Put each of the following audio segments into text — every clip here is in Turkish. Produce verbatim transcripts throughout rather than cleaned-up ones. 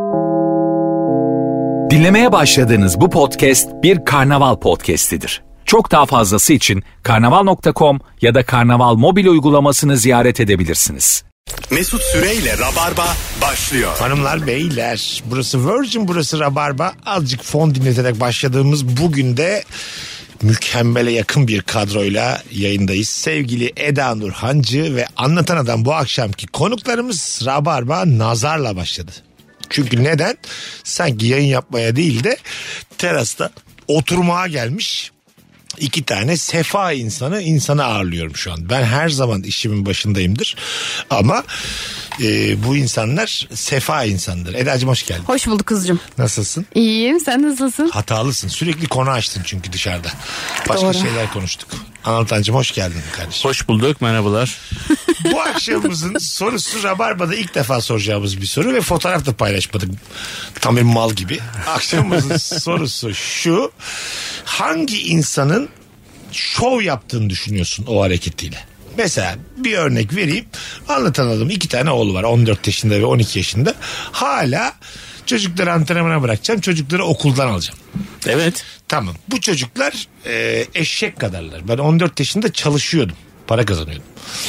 Dinlemeye başladığınız bu podcast bir karnaval podcastidir. Çok daha fazlası için karnaval nokta com ya da karnaval mobil uygulamasını ziyaret edebilirsiniz. Mesut Süreyle Rabarba başlıyor. Hanımlar beyler, burası Virgin, burası Rabarba. Azıcık fon dinleterek başladığımız bugün de mükemmele yakın bir kadroyla yayındayız. Sevgili Eda Nur Hancı ve Anlatan Adam bu akşamki konuklarımız. Rabarba nazarla başladı. Çünkü neden? Sanki yayın yapmaya değil de terasta oturmaya gelmiş İki tane sefa insanı insanı ağırlıyorum şu an. Ben her zaman işimin başındayımdır. Ama e, bu insanlar sefa insandır. Eda'cığım hoş geldin. Hoş bulduk kızcığım. Nasılsın? İyiyim, sen nasılsın? Hatalısın. Sürekli konu açtın çünkü dışarıda. Başka Doğru. şeyler konuştuk. Anlatancığım hoş geldin kardeşim. Hoş bulduk, merhabalar. Bu akşamımızın sorusu Rabarba'da ilk defa soracağımız bir soru ve fotoğraf da paylaşmadık. Tam bir mal gibi. Akşamımızın sorusu şu: hangi insanın şov yaptığını düşünüyorsun o hareketiyle? Mesela bir örnek vereyim. Anlatan adam iki tane oğlu var, on dört yaşında ve on iki yaşında. Hala çocukları antrenmana bırakacağım, çocukları okuldan alacağım. Evet. Tamam, bu çocuklar e, eşek kadarlar. Ben on dört yaşında çalışıyordum, para kazanıyordum.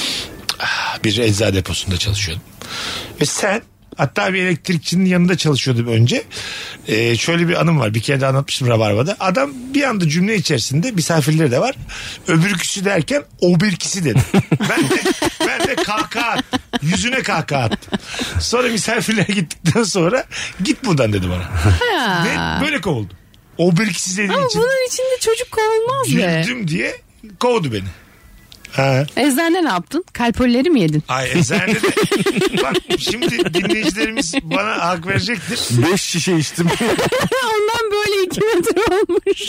Bir eczacı deposunda çalışıyordum. Ve sen, hatta bir elektrikçinin yanında çalışıyordum önce. Ee, şöyle bir anım var. Bir kere de anlatmıştım Rabarba'da. Adam bir anda cümle içerisinde, misafirleri de var, öbürküsü derken o birkisi dedi. ben de ben de kahkaha attım. Yüzüne kahkaha attım. Sonra misafirler gittikten sonra git buradan dedi bana. Ve böyle kovuldum. O birkisi dediği Ama için. bunun içinde çocuk kovulmaz be. Güldüm diye kovdu beni. Ha. Eczanede ne yaptın? Kalpolileri mi yedin? Ay eczanede de bak şimdi dinleyicilerimiz bana hak verecektir. Beş şişe içtim. Ondan böyle iki metre olmuş.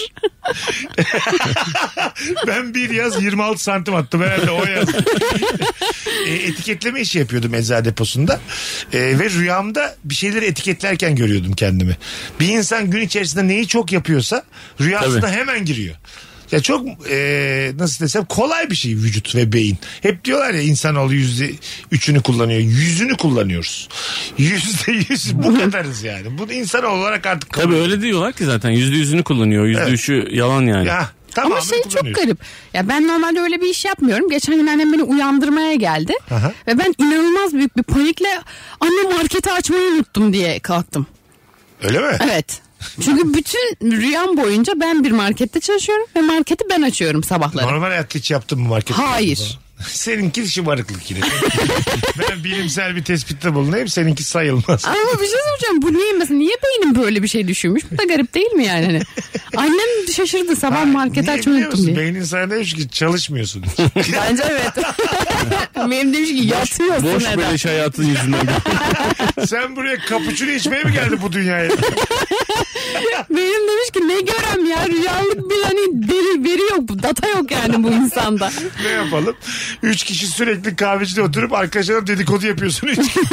Ben bir yaz yirmi altı santim attım herhalde o yaz. e, etiketleme işi yapıyordum eczacı deposunda. E, ve rüyamda bir şeyleri etiketlerken görüyordum kendimi. Bir insan gün içerisinde neyi çok yapıyorsa rüyasında Tabii. hemen giriyor. Ya çok e, nasıl desem kolay bir şey vücut ve beyin. Hep diyorlar ya insanoğlu yüzde üçünü kullanıyor. Yüzünü kullanıyoruz. Yüzde yüz bu kadarız yani. Bu insanoğlu olarak artık Tabii öyle diyorlar ki zaten yüzde yüzünü kullanıyor. Yüzde Evet. üçü yalan yani. Ya, Ama şey çok garip. Ya ben normalde öyle bir iş yapmıyorum. Geçen gün annem beni uyandırmaya geldi. Aha. Ve ben inanılmaz büyük bir panikle anne marketi açmayı unuttum diye kalktım. Öyle mi? Evet. Çünkü bütün rüyam boyunca ben bir markette çalışıyorum ve marketi ben açıyorum sabahları. Normal hayatta hiç yaptın mı market? Hayır. Seninki şımarıklık yine. Ben bilimsel bir tespitte bulunayım, seninki sayılmaz. Ama bir şey söyleyeceğim. Bu niye mesela niye beynim böyle bir şey düşünmüş? Bu da garip değil mi yani? Hani annem şaşırdı sabah Ha, market niye açmayı biliyor unuttum musun? diye. Beynin sana demiş ki çalışmıyorsun. Bence evet. Benim demiş ki yatıyorsun Boş neden? beleş hayatın yüzünden. Sen buraya kapuçino içmeye mi geldin bu dünyaya? Benim demiş ki ne görem ya rüyalık bir hani veri, veri yok bu data yok yani bu insanda. Ne yapalım? Üç kişi sürekli kahvecide oturup arkadaşlarına dedikodu yapıyorsun.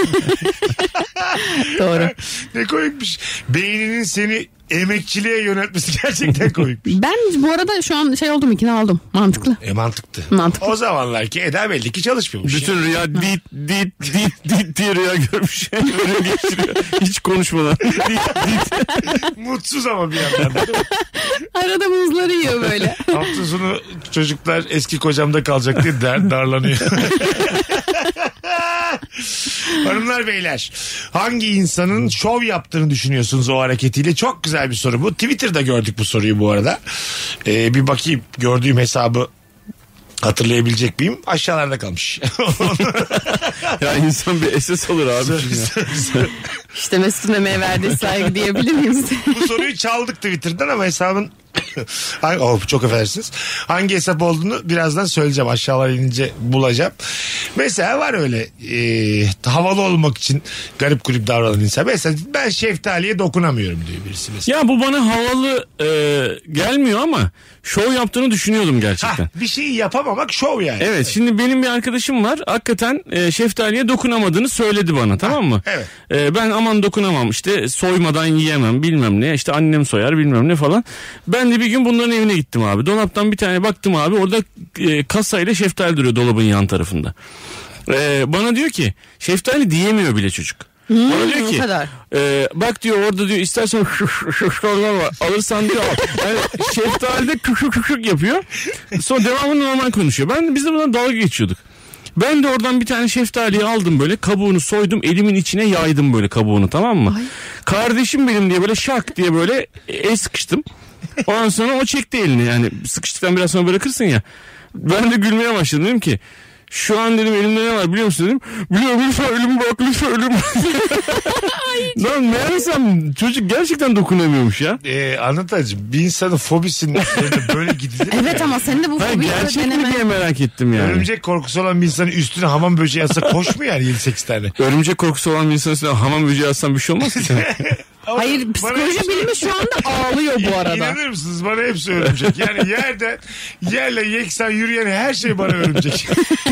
Doğru. Ne komikmiş. Beyninin seni emekçiliğe yöneltmesi gerçekten komikmiş. Ben bu arada şu an şey oldum ikna oldum mantıklı. E mantıklı. Mantıklı. O zamanlar ki Eda belli ki çalışmıyormuş. Bütün rüya dit dit dit dit diye rüya görmüş. Yani öyle geçiriyor. Hiç konuşmadan. Dit dit. Mutsuz ama bir yandan da. Arada muzları yiyor böyle. Hafta sonu çocuklar eski kocamda kalacak diye der, darlanıyor. Hanımlar beyler, hangi insanın şov yaptığını düşünüyorsunuz o hareketiyle? Çok güzel bir soru bu. Twitter'da gördük bu soruyu bu arada. Ee, bir bakayım gördüğüm hesabı hatırlayabilecek miyim? Aşağılarda kalmış. Ya insan bir esas olur abi. İşte Mesut'un emeğe verdiği saygı diyebilir miyiz? Bu soruyu çaldık Twitter'dan ama hesabın Ay, oh, çok affedersiniz. Hangi hesap olduğunu birazdan söyleyeceğim. Aşağılara inince bulacağım. Mesela var öyle e, havalı olmak için garip kulüp davranan insan. Mesela ben şeftaliye dokunamıyorum diyor birisi mesela. Ya bu bana havalı e, gelmiyor ama şov yaptığını düşünüyordum gerçekten. Ha, bir şeyi yapamamak şov yani. Evet, şimdi benim bir arkadaşım var. Hakikaten e, şeftaliye dokunamadığını söyledi bana, tamam mı? Evet. E, ben aman dokunamam işte, soymadan yiyemem bilmem ne, işte annem soyar bilmem ne falan. Ben de bir gün bunların evine gittim abi. Dolaptan bir tane baktım abi, orada e, kasayla şeftali duruyor dolabın yan tarafında. E, bana diyor ki şeftali diyemiyor bile çocuk. Hmm, Bana diyor o ki kadar. e, bak diyor orada diyor istersen şuşlarlar var alırsan diyor al. Yani şeftali de kuşuk kuşuk yapıyor. Sonra devamlı normal konuşuyor. Ben biz de buna dalga geçiyorduk. Ben de oradan bir tane şeftaliyi aldım böyle kabuğunu soydum elimin içine yaydım böyle kabuğunu, tamam mı? Ay. Kardeşim benim diye böyle şak diye böyle el sıkıştım. Ondan sonra o çekti elini, yani sıkıştıktan biraz sonra bırakırsın ya. Ben de gülmeye başladım, dedim ki şu an dedim elimde ne var biliyor musun dedim. Biliyorum, lütfen ölüm bak lütfen ölüm. Lan meğersem çocuk gerçekten dokunamıyormuş ya. Ee, Anlatacığım, bir insanın fobisinin üzerine böyle gidilir. Evet ama senin de bu Ben fobiyi gerçek mi deneme. diye merak ettim yani. Örümcek korkusu olan bir insanın üstüne hamam böceği atsa koş mu yani yedi sekiz tane? Örümcek korkusu olan bir insan üstüne hamam böceği atsan bir şey olmaz ki. Hayır, Bana psikoloji hepsi- bilimi şu anda ağlıyor bu arada. İnanır mısınız, bana hepsi örümcek. Yani yerden yerle yeksan yürüyen her şey bana örümcek.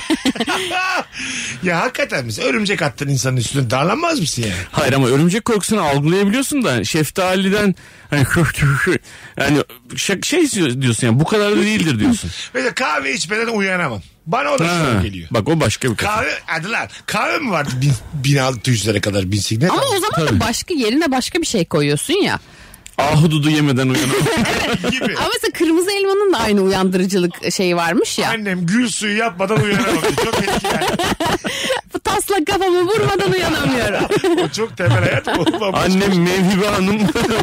Ya hakikaten mesela örümcek attın insanın üstüne darlanmaz mısın yani? Hayır ama örümcek korkusunu algılayabiliyorsun da şeftaliden hani yani şey diyorsun yani bu kadar da değildir diyorsun. Mesela kahve içmeden uyanamam. Bana o da zor geliyor. Bak o başka bir kafa. Kahve, hadi lan kahve mi vardı bin, bin altı yüzlere kadar bin sekiz yüz? Ama o zaman da başka yerine başka bir şey koyuyorsun ya. Ahududu yemeden uyanamam. gibi. Ama mesela kırmızı elmanın da aynı uyandırıcılık şeyi varmış ya. Annem gül suyu yapmadan uyanamam. Çok etkiler. Bu taslak kafamı vurmadan uyanamıyorum. O çok temel hayat. Annem Mevhibe Hanım.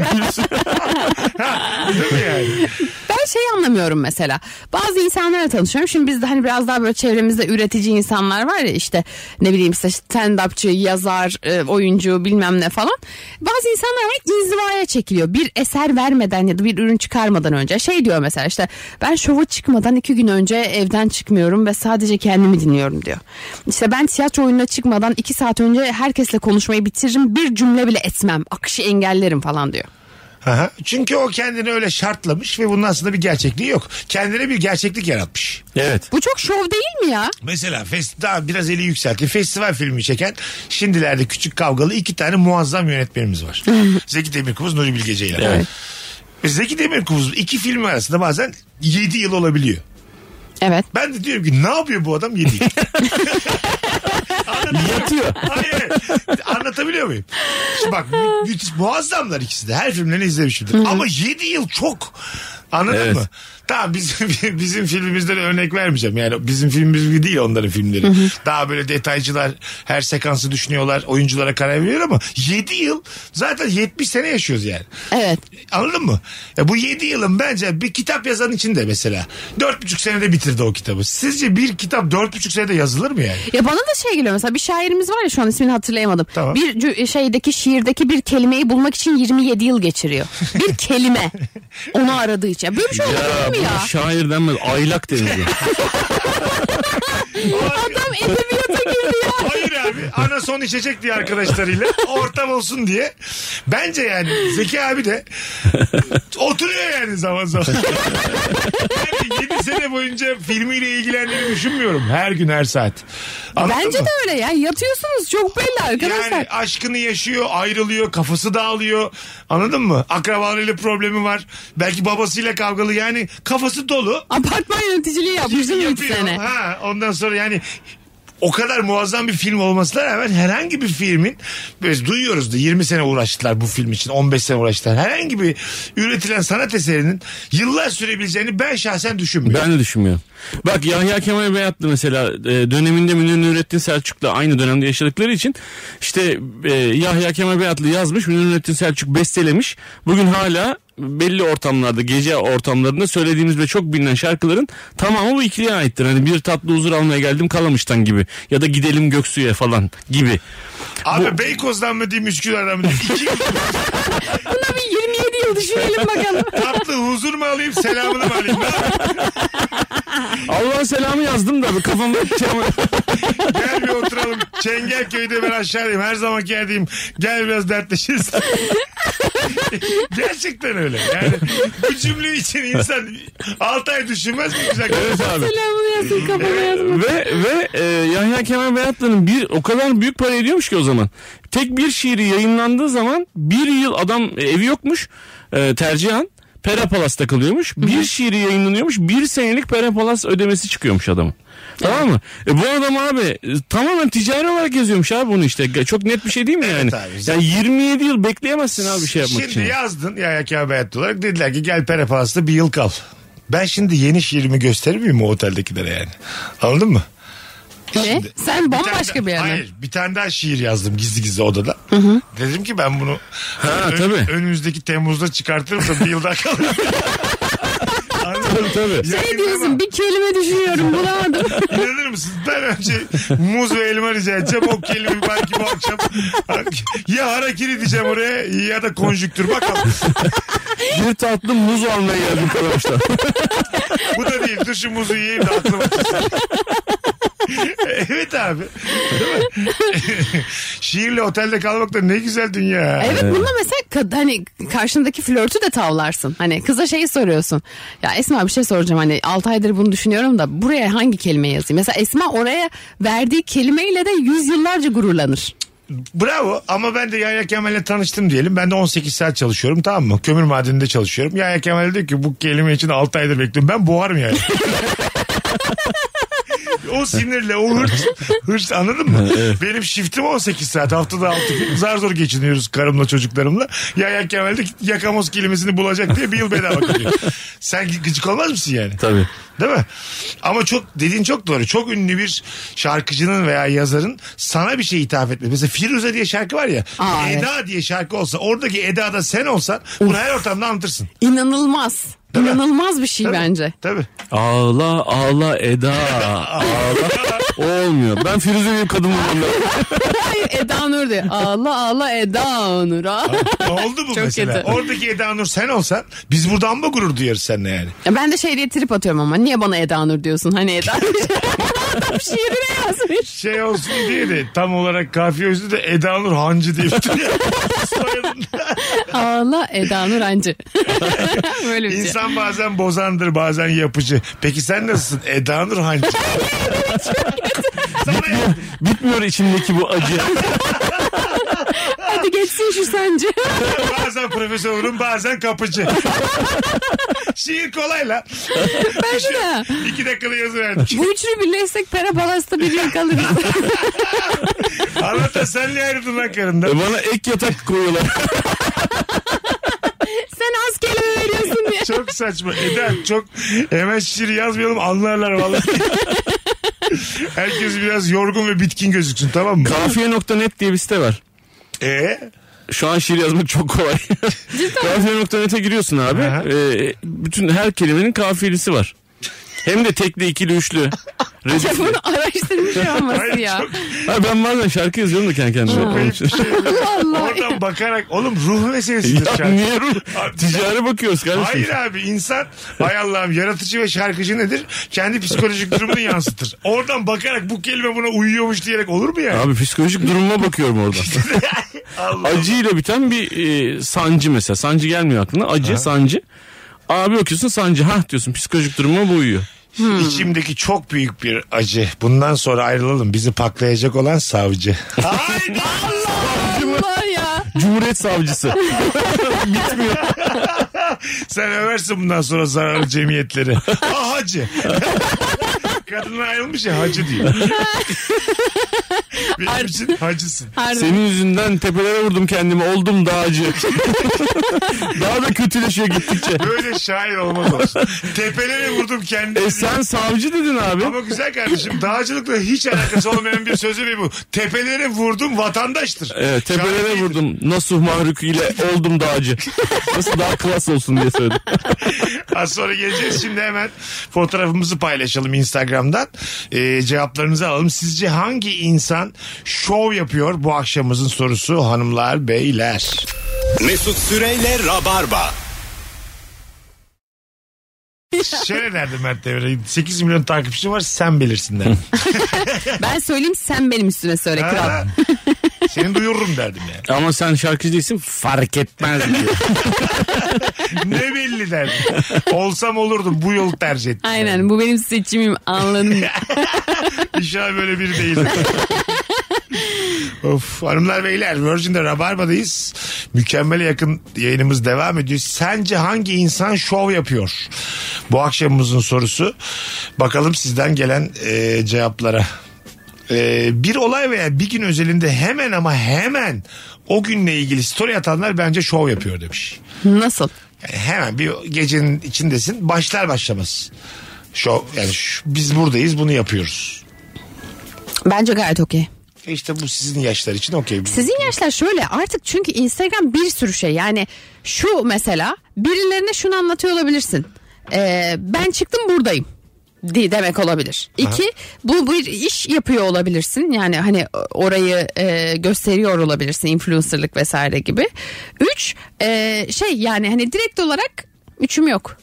Değil mi yani? Ben şey anlamıyorum mesela. Bazı insanlarla tanışıyorum. Şimdi bizde hani biraz daha böyle çevremizde üretici insanlar var ya, işte ne bileyim işte stand-upçı, yazar, oyuncu bilmem ne falan. Bazı insanlar var inzivaya çekiliyor. Bir eser vermeden ya da bir ürün çıkarmadan önce. Şey diyor mesela, işte ben şova çıkmadan iki gün önce evden çıkmıyorum ve sadece kendimi dinliyorum diyor. İşte ben tiyatro oyununa çıkmadan iki saat önce herkesle konuşmayı bitiririm. Bir cümle bile etmem. Akışı engellerim falan diyor. Aha. Çünkü o kendini öyle şartlamış ve bunun aslında bir gerçekliği yok. Kendine bir gerçeklik yaratmış. Evet. Bu çok şov değil mi ya? Mesela fest daha biraz eli yükseltti. Festival filmi çeken şimdilerde Küçük Kavgalı iki tane muazzam yönetmenimiz var. Zeki Demirkubuz, Nuri Bilge Ceylan. Evet. Ve Zeki Demirkubuz iki film arasında bazen yedi yıl olabiliyor. Evet. Ben de diyorum ki ne yapıyor bu adam yedi yıl? Yatıyor. Hayır. Anlatabiliyor muyum? Şimdi bak mü- müthiş, muazzamlar ikisi de. Her filmlerini izlemişimdir. Ama yedi yıl çok. Anladın Evet. mı? Tamam bizim bizim filmimizden örnek vermeyeceğim. Yani bizim filmimiz gibi değil onların filmleri. Daha böyle detaycılar her sekansı düşünüyorlar. Oyunculara karar veriyor ama yedi yıl zaten yetmiş sene yaşıyoruz yani. Evet. Anladın mı? Ya bu yedi yılın bence bir kitap yazan için de mesela dört buçuk senede bitirdi o kitabı. Sizce bir kitap dört buçuk senede yazılır mı yani? Ya bana da şey geliyor, mesela bir şairimiz var ya, şu an ismini hatırlayamadım. Tamam. Bir cü- şeydeki şiirdeki bir kelimeyi bulmak için yirmi yedi yıl geçiriyor. Bir kelime. Onu aradığı için. Ya böyle bir şey olabilir Ya mi ya? bu şair denmez. Aylak denir. Adam edebiyata girdi ya. Hayır abi. Ana son içecek diye arkadaşlarıyla ortam olsun diye. Bence yani Zeki abi de oturuyor yani zaman zaman. Yani yedi sene boyunca filmiyle ilgilendiğini düşünmüyorum. Her gün her saat. Anladın Bence mı? de öyle ya. Yatıyorsunuz çok belli arkadaşlar. Yani aşkını yaşıyor, ayrılıyor, kafası dağılıyor. Anladın mı? Akrabalarıyla problemi var. Belki babasıyla kavgalı, yani kafası dolu. Apartman yöneticiliği yapmış değil mi üç Yapıyor. sene? Ha, ondan sonra yani o kadar muazzam bir film olmasına rağmen herhangi bir filmin, biz duyuyoruz da yirmi sene uğraştılar bu film için, on beş sene uğraştılar. Herhangi bir üretilen sanat eserinin yıllar sürebileceğini ben şahsen düşünmüyorum. Ben de düşünmüyorum. Bak Yahya Kemal Beyatlı mesela e, döneminde Münir Nurettin Selçuk'la aynı dönemde yaşadıkları için işte e, Yahya Kemal Beyatlı yazmış, Münir Nurettin Selçuk bestelemiş. Bugün hala belli ortamlarda, gece ortamlarında söylediğimiz ve çok bilinen şarkıların tamamı bu ikiliye aittir. Hani bir tatlı huzur almaya geldim Kalamış'tan gibi ya da gidelim Göksu'ya falan gibi. Abi Bu- Beykoz'dan mı diyeyim, Üsküdar'dan mı diyeyim? İki Buna bir yirmi yedi yıl düşünelim bakalım. tatlı huzur mu alayım, selamını mı alayım? Ne yapayım? Allah'ın selamı yazdım da kafamda Gel bir oturalım. Çengelköy'de ben aşağıdayım. Her zamanki yerdeyim. Gel biraz dertleşiriz. Gerçekten öyle. Yani bu cümle için insan altı ay düşünmez mi güzel? Evet abi. Selamını yazın kafama yazın. Ve ve e, Yahya Kemal Beyatlı'nın bir o kadar büyük para ediyormuş ki o zaman. Tek bir şiiri yayınlandığı zaman bir yıl adam e, evi yokmuş. E, tercihan Pera Palas'ta kalıyormuş. Bir şiiri yayınlanıyormuş. Bir senelik Pera Palas ödemesi çıkıyormuş adamın. Tamam mı? E bu adam abi e, tamamen ticari olarak yazıyormuş abi bunu işte. Çok net bir şey değil mi Evet yani? abi. Yani yirmi yedi yıl bekleyemezsin abi bir şey yapmak Şimdi için. yazdın ya Yahya Beyat olarak dediler ki gel Pere Palas'ta bir yıl kal. Ben şimdi yeni şiirimi gösterir miyim o oteldekilere yani? Anladın mı? Ne? Şimdi- Sen Bir bambaşka tane- bir yer mi? Hayır, bir tane daha şiir yazdım gizli gizli odada. Dedim ki ben bunu Ha, ön- tabii. önümüzdeki Temmuz'da çıkartırım da bir yıl daha kalırım. Anladın mı? Tabii. Ne Yakında diyorsun? ama- Bir kelime düşünüyorum bulamadım. İnanır mısın? Ben önce muz ve elma rica edeceğim. O kelimeyi belki bu akşam ya harakiri diyeceğim oraya ya da konjüktür. Bakalım. Bir tatlı muz almaya geldim arkadaşlar. Bu da değil. Dur şu muzu yiyeyim de aklım açılsın. Evet abi. Değil mi? Şiirle otelde kalmak da ne güzel dünya. Evet, bunda mesela kad- hani karşındaki flörtü de tavlarsın. Hani kıza şeyi soruyorsun. Ya Esma bir şey soracağım, hani altı aydır bunu düşünüyorum da buraya hangi kelime yazayım? Mesela Esma oraya verdiği kelimeyle de yüzyıllarca gururlanır. Bravo ama ben de Yahya Kemal'le tanıştım diyelim. Ben de on sekiz saat çalışıyorum, tamam mı? Kömür madeninde çalışıyorum. Yahya Kemal diyor ki bu kelime için altı aydır bekliyorum. Ben boğarım yani. O sinirle, o hırs, hırs anladın mı? Evet. Benim shiftim on sekiz saat. Haftada altı gün zar zor geçiniyoruz karımla çocuklarımla. Yahya Kemal de yakamoz kelimesini bulacak diye bir yıl bedava kalıyor. Sen gıcık olmaz mısın yani? Tabii. Değil mi? Ama çok dediğin çok doğru. Çok ünlü bir şarkıcının veya yazarın sana bir şey ithaf etmesi. Mesela Firuze diye şarkı var ya. Aa, Eda evet. diye şarkı olsa oradaki Eda'da sen olsan bunu her ortamda anlatırsın. İnanılmaz. Değil mi? İnanılmaz bir şey Tabii, bence. Tabii. Ağla ağla Eda. Ağla. O olmuyor. Ben Firuze bir kadın bunlar. Hayır, Eda Nur diyor. Ağla ağla Eda Nur. ha. Oldu mu Çok mesela? kötü. Oradaki Eda Nur sen olsan biz buradan mı gurur duyarız seninle yani? Ya ben de şey diye trip atıyorum ama niye bana Eda Nur diyorsun? Hani Eda Nur adam şiirine yazmış. Şey olsun diye de tam olarak kafiye üstü de Eda Nur Hancı diye bitiriyor. Soyadında. Ağla Eda Nur Hancı. Böyle bir şey. İnsan bazen bozandır bazen yapıcı. Peki sen nasılsın? Eda Nur Hancı. Sana ya- Bitmiyor içimdeki bu acı. Hadi geçsin şu sence. bazen profesörüm bazen kapıcı. Şiir kolay la. Bence de. İki dakikada yazıverdik. Bu üçlü birleşsek Pera Palas'ta bir yıl kalırız. Anlatan sen niye ayrıldın lan karından? E bana ek yatak koyuyorlar. Sen az kelime veriyorsun diye. Çok saçma. Eda çok hemen şiir yazmayalım anlarlar vallahi. Herkes biraz yorgun ve bitkin gözüksün, tamam mı? Kafiye nokta net diye bir site var. Ee? Şu an şiir yazmak çok kolay. kafiye nokta net'e giriyorsun abi. Aha. Ee, bütün her kelimenin kafiyelisi var. Hem de tekli, ikili, üçlü. Ya Redifli. bunu araştırmış olması Hayır, ya. çok- Ha, ben bazen şarkı yazıyorum da kendi kendime. Onun için. Vallahi. Oradan bakarak oğlum ruh meselesidir Ya şarkı. niye ruh? Ticari bakıyoruz kardeşim. Hayır abi, insan hay Allah'ım yaratıcı ve şarkıcı nedir? Kendi psikolojik durumunu yansıtır. Oradan bakarak bu kelime buna uyuyormuş diyerek olur mu yani? Abi psikolojik durumuma bakıyorum orada. Allah. Acıyla biten bir e, sancı mesela. Sancı gelmiyor aklına. Acı, sancı. Abi bakıyorsun sancı. Hah diyorsun psikolojik durumuma bu uyuyor. İçimdeki çok büyük bir acı. Bundan sonra ayrılalım. Bizi paklayacak olan savcı. Hayda. Allah ya. Cumhuriyet savcısı. Bitmiyor. Sen översin bundan sonra zararlı cemiyetleri. Ah hacı. Kadınlar ayrılmış ya, hacı diyor. Benim için hacısın. Harbi. Senin yüzünden tepelere vurdum kendimi. Oldum dağcı. Daha da kötüleşiyor gittikçe. Böyle şair olmaz olsun. Tepelere vurdum kendimi. E sen savcı dedin abi. Ama güzel kardeşim, dağcılıkla hiç alakası olmayan bir sözü bir bu. Tepelere vurdum vatandaştır. Evet, tepelere Şair değildir. vurdum. Nasuh Mahruk ile oldum dağcı. Nasıl daha klas olsun diye söyledim. Az sonra geleceğiz. Şimdi hemen fotoğrafımızı paylaşalım Instagram'dan. Ee, cevaplarınızı alalım. Sizce hangi insan şov yapıyor? Bu akşamımızın sorusu hanımlar beyler. Mesut Süreyle Rabarba. Şöyle derdim Mert Demir'e. sekiz milyon takipçim var, sen bilirsin derdim. Ben söyleyeyim, sen benim üstüne söyle kral. Ha? Seni duyururum derdim yani. Ama sen şarkıcı değilsin, fark etmez diyor. Ne belli derdim. Olsam olurdum, bu yolu tercih ettim. Aynen, bu benim seçimim, anladın mı? İnşallah böyle biri değilim. Of, hanımlar beyler, Virgin'de Rabarba'dayız. Mükemmele yakın yayınımız devam ediyor. Sence hangi insan şov yapıyor? Bu akşamımızın sorusu. Bakalım sizden gelen e, cevaplara. E, bir olay veya bir gün özelinde hemen ama hemen o günle ilgili story atanlar bence şov yapıyor demiş. Nasıl? Yani hemen bir gecenin içindesin, başlar başlamaz şov, yani şu, biz buradayız, bunu yapıyoruz. Bence gayet okey. İşte bu sizin yaşlar için okey. Sizin yaşlar şöyle artık, çünkü Instagram bir sürü şey, yani şu mesela birilerine şunu anlatıyor olabilirsin. Ee, ben çıktım buradayım diye demek olabilir. İki, bu bir iş yapıyor olabilirsin. Yani hani orayı e, gösteriyor olabilirsin, influencerlık vesaire gibi. Üç, e, şey yani hani direkt olarak üçüm yok.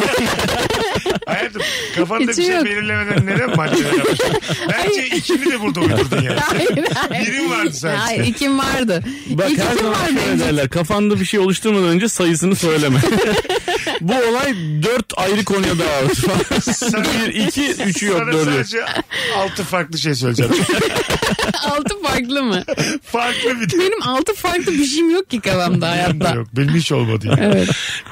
Hayatım, kafanda Hiç bir şey yok. belirlemeden neden maddelere başladın? Bence ikini de burada uydurdun yani. Hayır, hayır. Birim vardı sadece. Hayır, ikim vardı. Bak İlk her ikim zaman vardı. şöyle derler. Kafanda bir şey oluşturmadan önce sayısını söyleme. Bu olay dört ayrı konuya dağılır. Sana- bir, iki, üçü yok, Sana dördü yok. sadece altı farklı şey söyleyeceğim. Altı farklı mı? Farklı bir de. Benim altı farklı bir şeyim yok ki kafamda hayatta. Yok, benim hiç olmadı. Yani. Evet.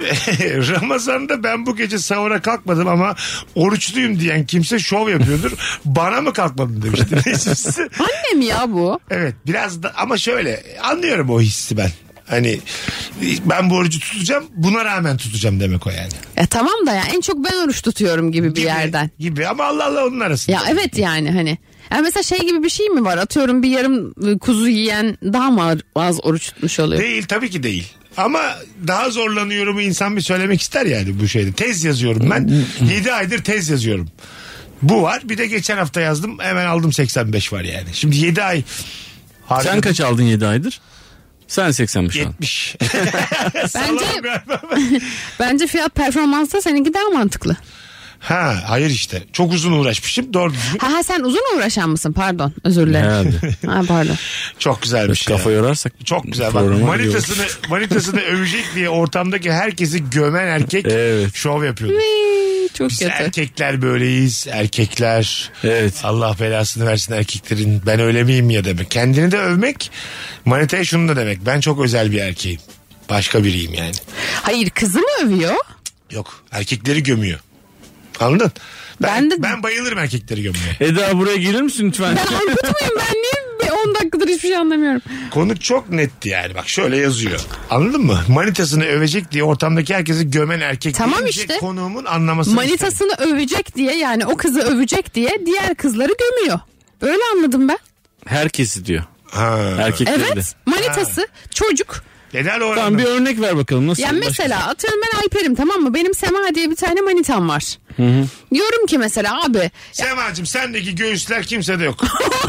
Ramazan'da ben bu gece sahura kalkmadım ama oruçluyum diyen kimse şov yapıyordur. Bana mı kalkmadın demişti. Neyse. Annem ya bu. Evet, biraz da ama şöyle anlıyorum o hissi ben. Hani ben bu orucu tutacağım, buna rağmen tutacağım demek o yani. Ya tamam da ya en çok ben oruç tutuyorum gibi bir Gibi, yerden. Gibi ama Allah Allah onun arasında. Ya evet yani hani. Yani mesela şey gibi bir şey mi var? Atıyorum bir yarım kuzu yiyen daha mı az oruç tutmuş oluyor? Değil, tabii ki değil. Ama daha zorlanıyorum insan bir söylemek ister yani bu şeyde. Tez yazıyorum ben. yedi aydır tez yazıyorum. Bu var. Bir de geçen hafta yazdım. Hemen aldım seksen beş var yani. Şimdi yedi ay harcadım. Sen kaç aldın yedi aydır? Sen seksen beş aldın. yetmiş. Bence Salamam galiba. bence fiyat performansta seninki daha mantıklı. Ha, hayır işte. Çok uzun uğraşmışım. Doğru düzgün. Ha, ha sen uzun uğraşan mısın? Pardon. Özür dilerim. Herhalde. Ha pardon. Çok güzelmiş Kafa ya. yorarsak. Çok güzel. Bak, programa manitasını, manitasını övecek diye ortamdaki herkesi gömen erkek Evet. şov yapıyordu. Hii, çok Biz kötü. erkekler böyleyiz. Erkekler. Evet. Allah belasını versin erkeklerin. Ben öyle miyim ya demek. Kendini de övmek. Manitaya şunu da demek. Ben çok özel bir erkeğim. Başka biriyim yani. Hayır, kızı mı övüyor? Yok. Erkekleri gömüyor. Anladın? Ben, Ben de- ben bayılırım erkekleri gömmeye. Eda buraya gelir misin lütfen? Ben Aykut muyum? Ben niye on dakikadır hiçbir şey anlamıyorum. Konu çok netti yani. Bak şöyle yazıyor. Anladın mı? Manitasını övecek diye ortamdaki herkesi gömen erkek. Tamam deyince işte. Konuğumun anlamasını istedim. Manitasını övecek diye, yani o kızı övecek diye diğer kızları gömüyor. Böyle anladım ben. Herkesi diyor. Ha. Erkekleri de. Evet. Manitası çocuk. Neden o Tamam, bir örnek ver bakalım. Nasıl? Yani mesela atıyorum ben Alper'im, tamam mı? Benim Sema diye bir tane manitam var. Diyorum ki mesela abi Semacığım sendeki göğüsler kimsede yok.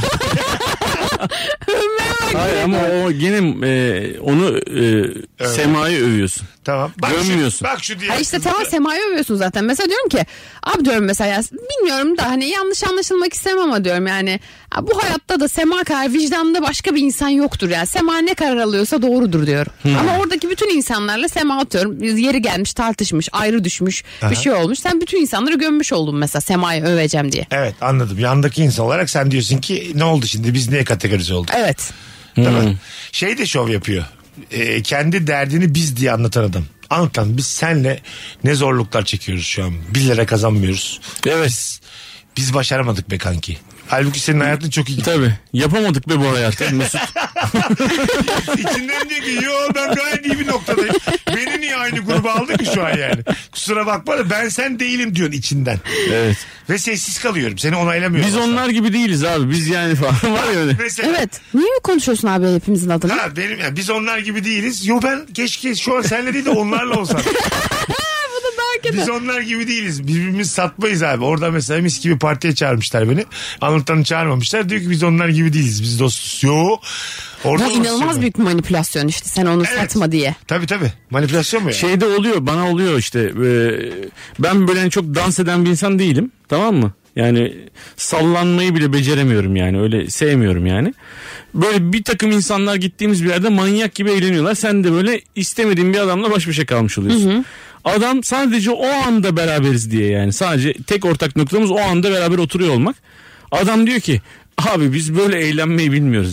Hayır ama o gene e, onu e, Sema'yı övüyorsun. Tamam. Bak Gömmüyorsun. Şu, bak şu diye. ha işte tamam Sema'yı övüyorsun zaten. Mesela diyorum ki abi diyorum mesela ya, bilmiyorum da hani yanlış anlaşılmak istemem ama diyorum yani ha, bu hayatta da Sema kadar vicdanında başka bir insan yoktur yani. Sema ne karar alıyorsa doğrudur diyorum. Ama oradaki bütün insanlarla Sema atıyorum yeri gelmiş tartışmış ayrı düşmüş bir şey olmuş. Sen bütün insanları gömmüş oldun mesela Sema'yı öveceğim diye. Evet, anladım. Yandaki insan olarak sen diyorsun ki ne oldu şimdi, biz niye kategorize olduk? Evet. Değil mi? Şey de şov yapıyor. Ee, kendi derdini biz diye anlatan adam. Anlatan, biz senle ne zorluklar çekiyoruz şu an. Bir lira kazanmıyoruz. Evet. Biz başaramadık be kanki. Halbuki senin hayatın çok iyi. Tabii. Yapamadık be bu hayatı Mesut. İçinden diyor ki yo ben gayet iyi bir noktadayım. Beni niye aynı gruba aldı ki şu an yani? Kusura bakma da ben sen değilim diyorsun içinden. Evet. Ve sessiz kalıyorum. Seni onaylamıyorum. Biz asla. onlar gibi değiliz abi. Biz yani falan var ya öyle. Mesela, Evet. Niye mi konuşuyorsun abi hepimizin adına? Ha, benim, yani biz onlar gibi değiliz. Yo ben keşke şu an seninle değil de onlarla olsam. Biz onlar gibi değiliz. Birbirimizi satmayız abi. Orada mesela mis gibi partiye çağırmışlar beni. Anlatan çağırmamışlar. Diyor ki biz onlar gibi değiliz. Biz dostuz. Yo. Orada Bu inanılmaz büyük bir manipülasyon işte sen onu Evet. satma diye. Tabii tabii. Manipülasyon mu ya? Şeyde oluyor, bana oluyor işte. e, ben böyle hani çok dans eden bir insan değilim. Tamam mı? Yani sallanmayı bile beceremiyorum yani. Öyle sevmiyorum yani. Böyle bir takım insanlar gittiğimiz bir yerde manyak gibi eğleniyorlar. Sen de böyle istemediğin bir adamla baş başa kalmış oluyorsun. Adam sadece o anda beraberiz diye yani. Sadece tek ortak noktamız o anda beraber oturuyor olmak. Adam diyor ki abi biz böyle eğlenmeyi bilmiyoruz ya.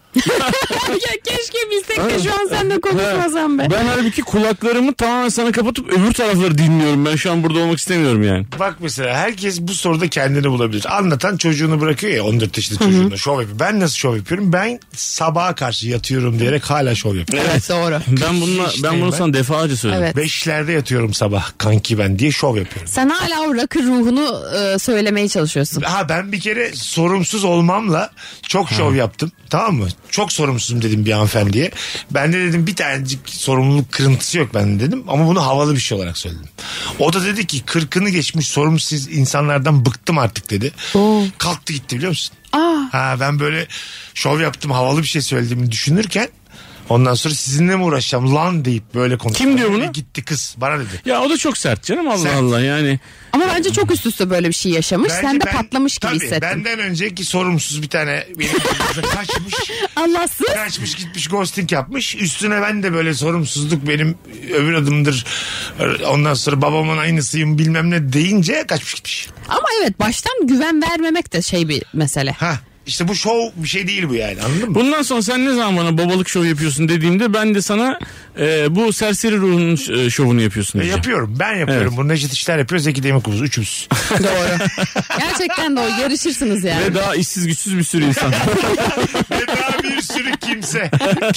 Ya keşke bilsek de şu an seninle konuşmasam be. Ben halbuki kulaklarımı tamamen sana kapatıp öbür tarafları dinliyorum. Ben şu an burada olmak istemiyorum yani. Bak mesela herkes bu soruda kendini bulabilir. Anlatan çocuğunu bırakıyor ya, on dört yaşında çocuğuna şov yapıyor. Ben nasıl şov yapıyorum? Ben sabaha karşı yatıyorum diyerek hala şov yapıyorum. Evet doğru. Ben bununla ben bunu sana defalarca söyledim. Evet. Beşlerde yatıyorum sabah kanki ben diye şov yapıyorum. Sen hala o rocker ruhunu e, söylemeye çalışıyorsun. Ha ben bir kere sorumsuz olmamla çok şov yaptım. Tamam mı? Çok sorumsuzum dedim bir hanımefendiye. Ben de dedim bir tanecik sorumluluk kırıntısı yok bende dedim. Ama bunu havalı bir şey olarak söyledim. O da dedi ki kırkını geçmiş sorumsuz insanlardan bıktım artık dedi. Oo. Kalktı gitti biliyor musun? Aa. Ha ben böyle şov yaptım, havalı bir şey söylediğimi düşünürken ondan sonra sizinle mi uğraşacağım lan deyip böyle konuştum. Kim diyor bunu? Böyle gitti kız bana dedi. Ya o da çok sert canım, Allah Sert. Allah yani. Ama bence çok üst üste böyle bir şey yaşamış. Bence Sen de ben- patlamış gibi tabii, hissettin. benden önceki sorumsuz bir tane benim yanımda kaçmış. Allahsız. Kaçmış gitmiş ghosting yapmış. Üstüne ben de böyle sorumsuzluk benim öbür adımdır. Ondan sonra babamın aynısıyım bilmem ne deyince kaçmış gitmiş. Ama evet baştan güven vermemek de şey bir mesele. Ha işte bu şov bir şey değil bu yani, anladın mı? Bundan sonra sen ne zaman bana babalık şov yapıyorsun dediğimde ben de sana e, bu serseri ruhunun e, şovunu yapıyorsun E, diyeceğim. yapıyorum ben yapıyorum. Evet. Bunu Necdet İşler yapıyor, Zeki Demirkubuz üçümüz. Doğru. Gerçekten de o yarışırsınız yani. Ve daha işsiz güçsüz bir sürü insan. Ve daha bir sürü kimse.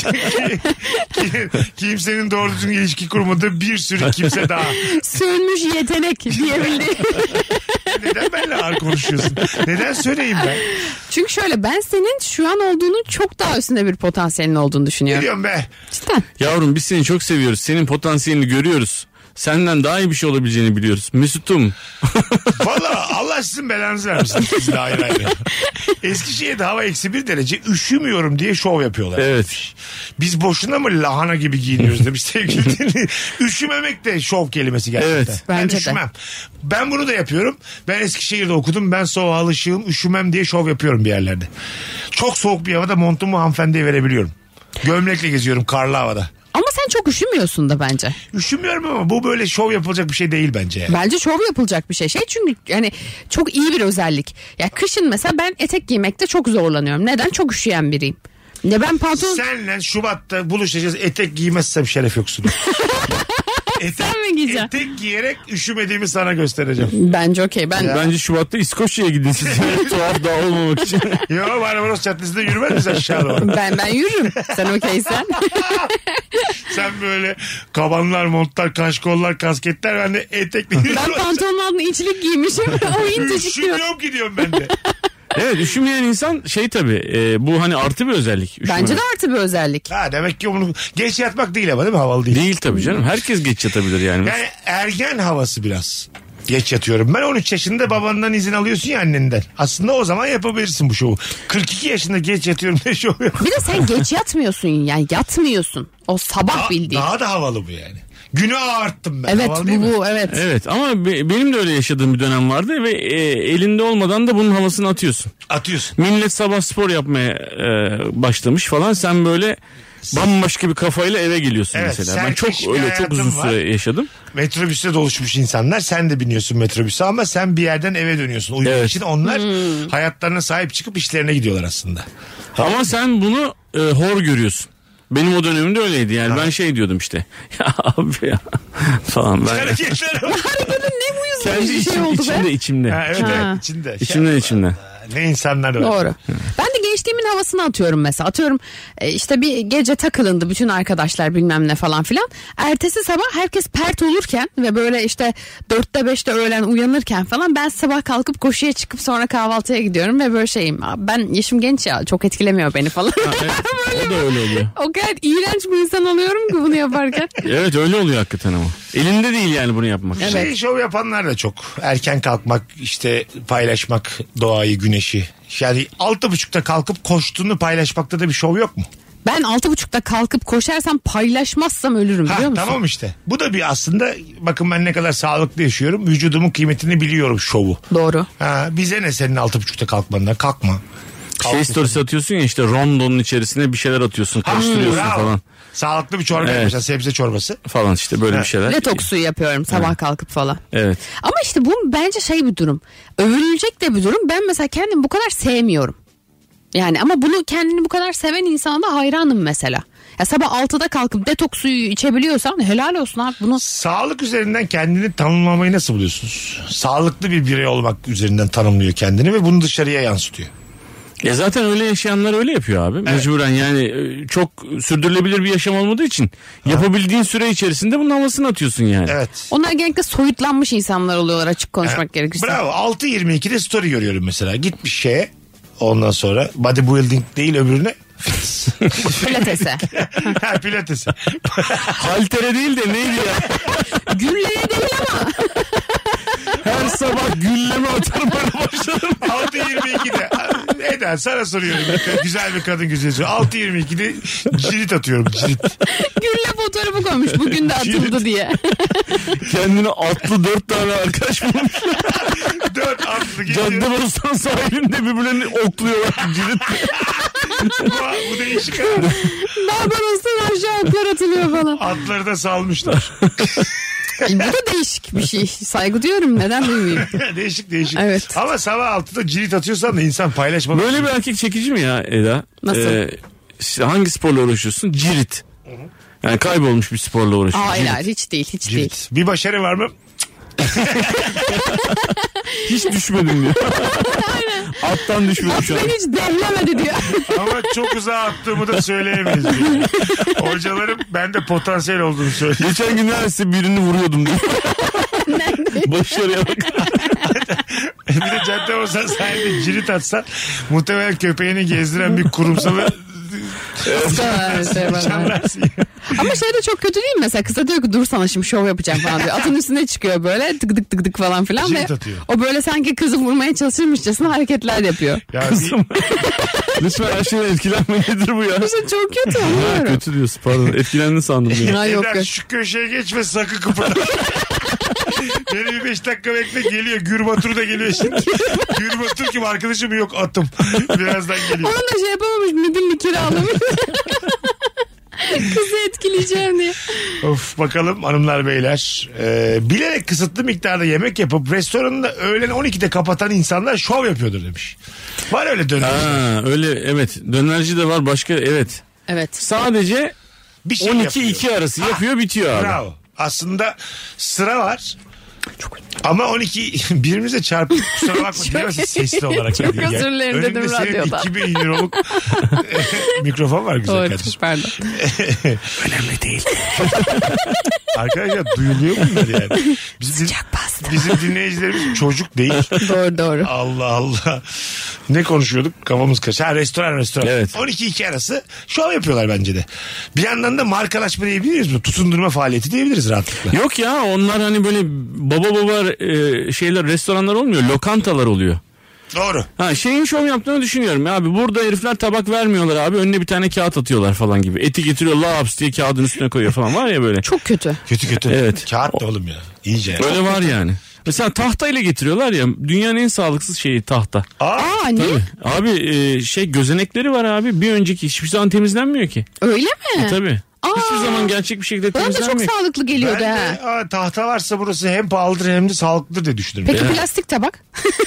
Kimsenin doğru düzgün ilişki kurmadığı bir sürü kimse daha. Sönmüş yetenek diyebildiğim. Neden benimle ağır konuşuyorsun? Neden söyleyeyim ben? Çünkü şöyle ben senin şu an olduğunun çok daha üstünde bir potansiyelin olduğunu Ne düşünüyorum. diyorum be? Cidden. Yavrum biz seni çok seviyoruz. Senin potansiyelini görüyoruz. Senden daha iyi bir şey olabileceğini biliyoruz. Mesut'um. Valla Allah sizin belanızı vermesin. Siz de ayrı ayrı. Eskişehir'de hava eksi bir derece, üşümüyorum diye şov yapıyorlar. Evet. Biz boşuna mı lahana gibi giyiniyoruz demiş sevgili dinleyici. Üşümemek de şov kelimesi gerçekten. Evet. Ben Bence de. üşümem. Ben bunu da yapıyorum. Ben Eskişehir'de okudum. Ben soğuğa alışığım, üşümem diye şov yapıyorum bir yerlerde. Çok soğuk bir havada montumu hanımefendiye verebiliyorum. Gömlekle geziyorum karlı havada. Ama sen çok üşümüyorsun da bence. Üşümüyorum ama bu böyle şov yapılacak bir şey değil bence. Yani. Bence şov yapılacak bir şey. Şey çünkü yani çok iyi bir özellik. Ya kışın mesela ben etek giymekte çok zorlanıyorum. Neden? Çok üşüyen biriyim. Ya ben pantolon... Senle Şubat'ta buluşacağız, etek giymezsem şeref yoksun. Etek, Sen mi giyeceksin? Etek giyerek üşümediğimi sana göstereceğim. Bence okey. Ben Bence Şubat'ta İskoçya'ya gidilsin. Tuhaf daha olmamak için. Yo, Barbaros Caddesi'nde yürümez misin aşağı doğru? ben ben yürürüm. Sen okeysen. Sen böyle kabanlar, montlar, kaşkollar, kasketler, ben de etekle ben yürüyorum. pantolonun altına içlik giymişim. O incecik diyor. Üşümüyorum ki diyorum ben de. Evet, üşümeyen insan şey tabii e, bu hani artı bir özellik. Üşüme. Bence de artı bir özellik. Ha demek ki bunu geç yatmak değil ama değil mi? Havalı değil. Değil tabii canım. Herkes geç yatabilir yani. Yani ergen havası biraz. Geç yatıyorum. Ben on üç yaşında babandan izin alıyorsun ya, annenden. Aslında o zaman yapabilirsin bu şovu. kırk iki yaşında geç yatıyorum diye şov yapıyorum. Bir de sen geç yatmıyorsun yani yatmıyorsun. O sabah Daha, bildiğin. daha da havalı bu yani. Günü ağarttım ben. Evet Havalı değil bu mi? bu evet. Evet ama be- benim de öyle yaşadığım bir dönem vardı ve e, elinde olmadan da bunun havasını atıyorsun. Atıyorsun. Millet sabah spor yapmaya e, başlamış falan, sen böyle bambaşka bir kafayla eve geliyorsun Evet, mesela. sen Ben çok kış bir öyle çok hayatın uzun var. süre yaşadım. Metrobüste doluşmuş insanlar. Sen de biniyorsun metrobüse ama sen bir yerden eve dönüyorsun. Uyumak Evet. için onlar Hmm. hayatlarına sahip çıkıp işlerine gidiyorlar aslında. Ama sen bunu e, hor görüyorsun. Benim o dönemimde öyleydi yani. Ben şey diyordum işte. Ya abi ya falan. Ben, Hareketler var. Ne bu yüzden kendi bir şey içim, oldu içimde be? içimde. Ha, evet, Ha. evet içinde. İçimden Şey- içimden. Ne insanlar var. Doğru. Ben de gençliğimin havasını atıyorum mesela. Atıyorum e, işte bir gece takılındı bütün arkadaşlar bilmem ne falan filan. Ertesi sabah herkes pert olurken ve böyle işte dörtte beşte öğlen uyanırken falan ben sabah kalkıp koşuya çıkıp sonra kahvaltıya gidiyorum ve böyle şeyim. "Abi ben yaşım genç ya çok etkilemiyor beni falan. Ha, evet, o da öyle oluyor. O kadar iğrenç bir insan oluyorum ki bunu yaparken. Evet öyle oluyor hakikaten ama. Elinde değil yani bunu yapmak. Evet. Şey şov yapanlar da çok. Erken kalkmak, işte paylaşmak doğayı, güneşi. Yani altı buçukta kalkıp koştuğunu paylaşmakta da bir şov yok mu? Ben altı buçukta kalkıp koşarsam paylaşmazsam ölürüm Ha, biliyor musun? tamam işte. Bu da bir aslında bakın ben ne kadar sağlıklı yaşıyorum. Vücudumun kıymetini biliyorum şovu. Doğru. Ha, bize ne senin altı buçukta kalkmandan, kalkma. Şey Kalk- storysi atıyorsun ya, işte rondonun içerisine bir şeyler atıyorsun, karıştırıyorsun Bravo. falan. Sağlıklı bir çorba Evet. yapacaksın, sebze çorbası. Falan işte böyle Ha. bir şeyler. Detoks suyu yapıyorum sabah kalkıp falan. Evet. Ama işte bu bence şey bir durum. Övünülecek de bir durum. Ben mesela kendimi bu kadar sevmiyorum. Yani ama bunu kendini bu kadar seven insana da hayranım mesela. Ya sabah altıda kalkıp detoks suyu içebiliyorsan helal olsun abi bunu. Sağlık üzerinden kendini tanımlamayı nasıl buluyorsunuz? Sağlıklı bir birey olmak üzerinden tanımlıyor kendini ve bunu dışarıya yansıtıyor. Ya zaten öyle yaşayanlar öyle yapıyor abi. Evet. Mecburen yani çok sürdürülebilir bir yaşam olmadığı için ha. yapabildiğin süre içerisinde bunun havasını atıyorsun yani. Evet. Onlar genellikle soyutlanmış insanlar oluyorlar açık konuşmak evet. gerekirse. Bravo. altı yirmi ikide story görüyorum mesela. Gitmiş şeye ondan sonra bodybuilding değil öbürüne. Pilatese. Ha, pilatese. Haltere değil de neydi ya? Gülleye değil ama. Her sabah gülleme atarım böyle başlarım. altı yirmi ikide Eda sana soruyorum. Güzel bir kadın güzeli. altı yirmi ikide cirit atıyorum cirit. Gülle fotoğrafı koymuş bugün de atıldı diye. Kendine atlı dört tane arkadaş bulmuş. Dört atlı geliyor. Caddebostan sahilinde birbirlerini okluyorlar cirit. bu, bu değişik ha. Barbaros'tan aşağı atlar atılıyor falan. Atları da salmışlar. Bu da değişik bir şey. Saygı duyuyorum. Neden duymayayım? değişik değişik. Evet. Ama sabah altıda cirit atıyorsan da insan paylaşmalı. Böyle bir erkek çekici mi ya Eda? Nasıl? Ee, işte hangi sporla uğraşıyorsun? Cirit. Yani kaybolmuş bir sporla uğraşıyorsun. Hayır hayır hiç değil hiç cirit. değil. Bir başarı var mı? Hiç düşmedim diyor. Attan düşmedim şu an. Attan hiç devlemedi diyor. Ama çok uzağa attığımı da söyleyemeyiz diyor. Hocalarım bende potansiyel olduğunu söylüyor. Geçen gün neredeyse birini vuruyordum diyor. Başarıya bak. Bir de cadde olsan sahilde cirit atsan muhtemelen köpeğini gezdiren bir kurumsalı ama şey de çok kötü değil mi? Mesela kıza diyor ki dur sana şimdi şov yapacağım falan diyor. Atın üstüne çıkıyor böyle tık tık tık tık falan filan cirit ve atıyor. o böyle sanki kızı vurmaya çalışırmışçasına hareketler yapıyor. Ya Kızım. Lütfen her şeyden etkilenme nedir bu ya? İşte çok kötü Ha, anlıyorum. kötü diyorsun pardon etkilendin sandım. Ha, yok, Eder, yok. şu köşeye geçme sakın kıpırda. Beni bir beş dakika bekle geliyor. Gürbatur da geliyor şimdi. Gürbatur kim arkadaşım yok atım. Birazdan geliyor. Onun da şey yapamamış müdürlük kiralamış. Kızı etkileyeceğim diye. Of bakalım hanımlar beyler. Ee, bilerek kısıtlı miktarda yemek yapıp restoranında öğlen on ikide kapatan insanlar şov yapıyordur demiş. Var öyle dönerci. Ha, öyle evet. Dönerci de var başka evet. Evet. Sadece Bir şey on iki yapıyor. iki arası yapıyor bitiyor abi. Bravo. Aslında sıra var. Ama on iki birbirimize çarpıp kusura bakma diyemezsin sesli olarak. Çok Yani. özür dilerim Önümde dedim senin radyoda. iki bin euroluk mikrofon var güzel Doğru kardeşim. çok pardon. Önemli değil. Arkadaşlar duyuluyor bunlar yani. Bizim, Sıcak bastı. bizim dinleyicilerimiz çocuk değil. Doğru doğru. Allah Allah. Ne konuşuyorduk? Kafamız karıştı. Ha restoran restoran. Evet. on iki iki arası şov yapıyorlar bence de. Bir yandan da markalaşma diyebiliriz mi? Tutundurma faaliyeti diyebiliriz rahatlıkla. Yok ya onlar hani böyle baba baba e, şeyler restoranlar olmuyor lokantalar oluyor. Doğru. Ha şeyin şov yaptığını düşünüyorum ya abi burada herifler tabak vermiyorlar abi önüne bir tane kağıt atıyorlar falan gibi. Eti getiriyor laps diye kağıdın üstüne koyuyor falan var ya böyle. Çok kötü. Kötü kötü. Evet. Kağıt da oğlum ya. İyice. Öyle var yani. Mesela tahtayla getiriyorlar ya dünyanın en sağlıksız şeyi tahta. Aa, Aa niye? Tabii. Abi e, şey gözenekleri var abi bir önceki hiçbir zaman temizlenmiyor ki. Öyle mi? Tabii. Aa. Hiçbir zaman gerçek bir şekilde Bana da çok temizlenmiyor. sağlıklı ben geliyordu de ha. aa, tahta varsa burası hem pahalıdır hem de sağlıklıdır diye düşünürüm. Peki Evet. plastik tabak?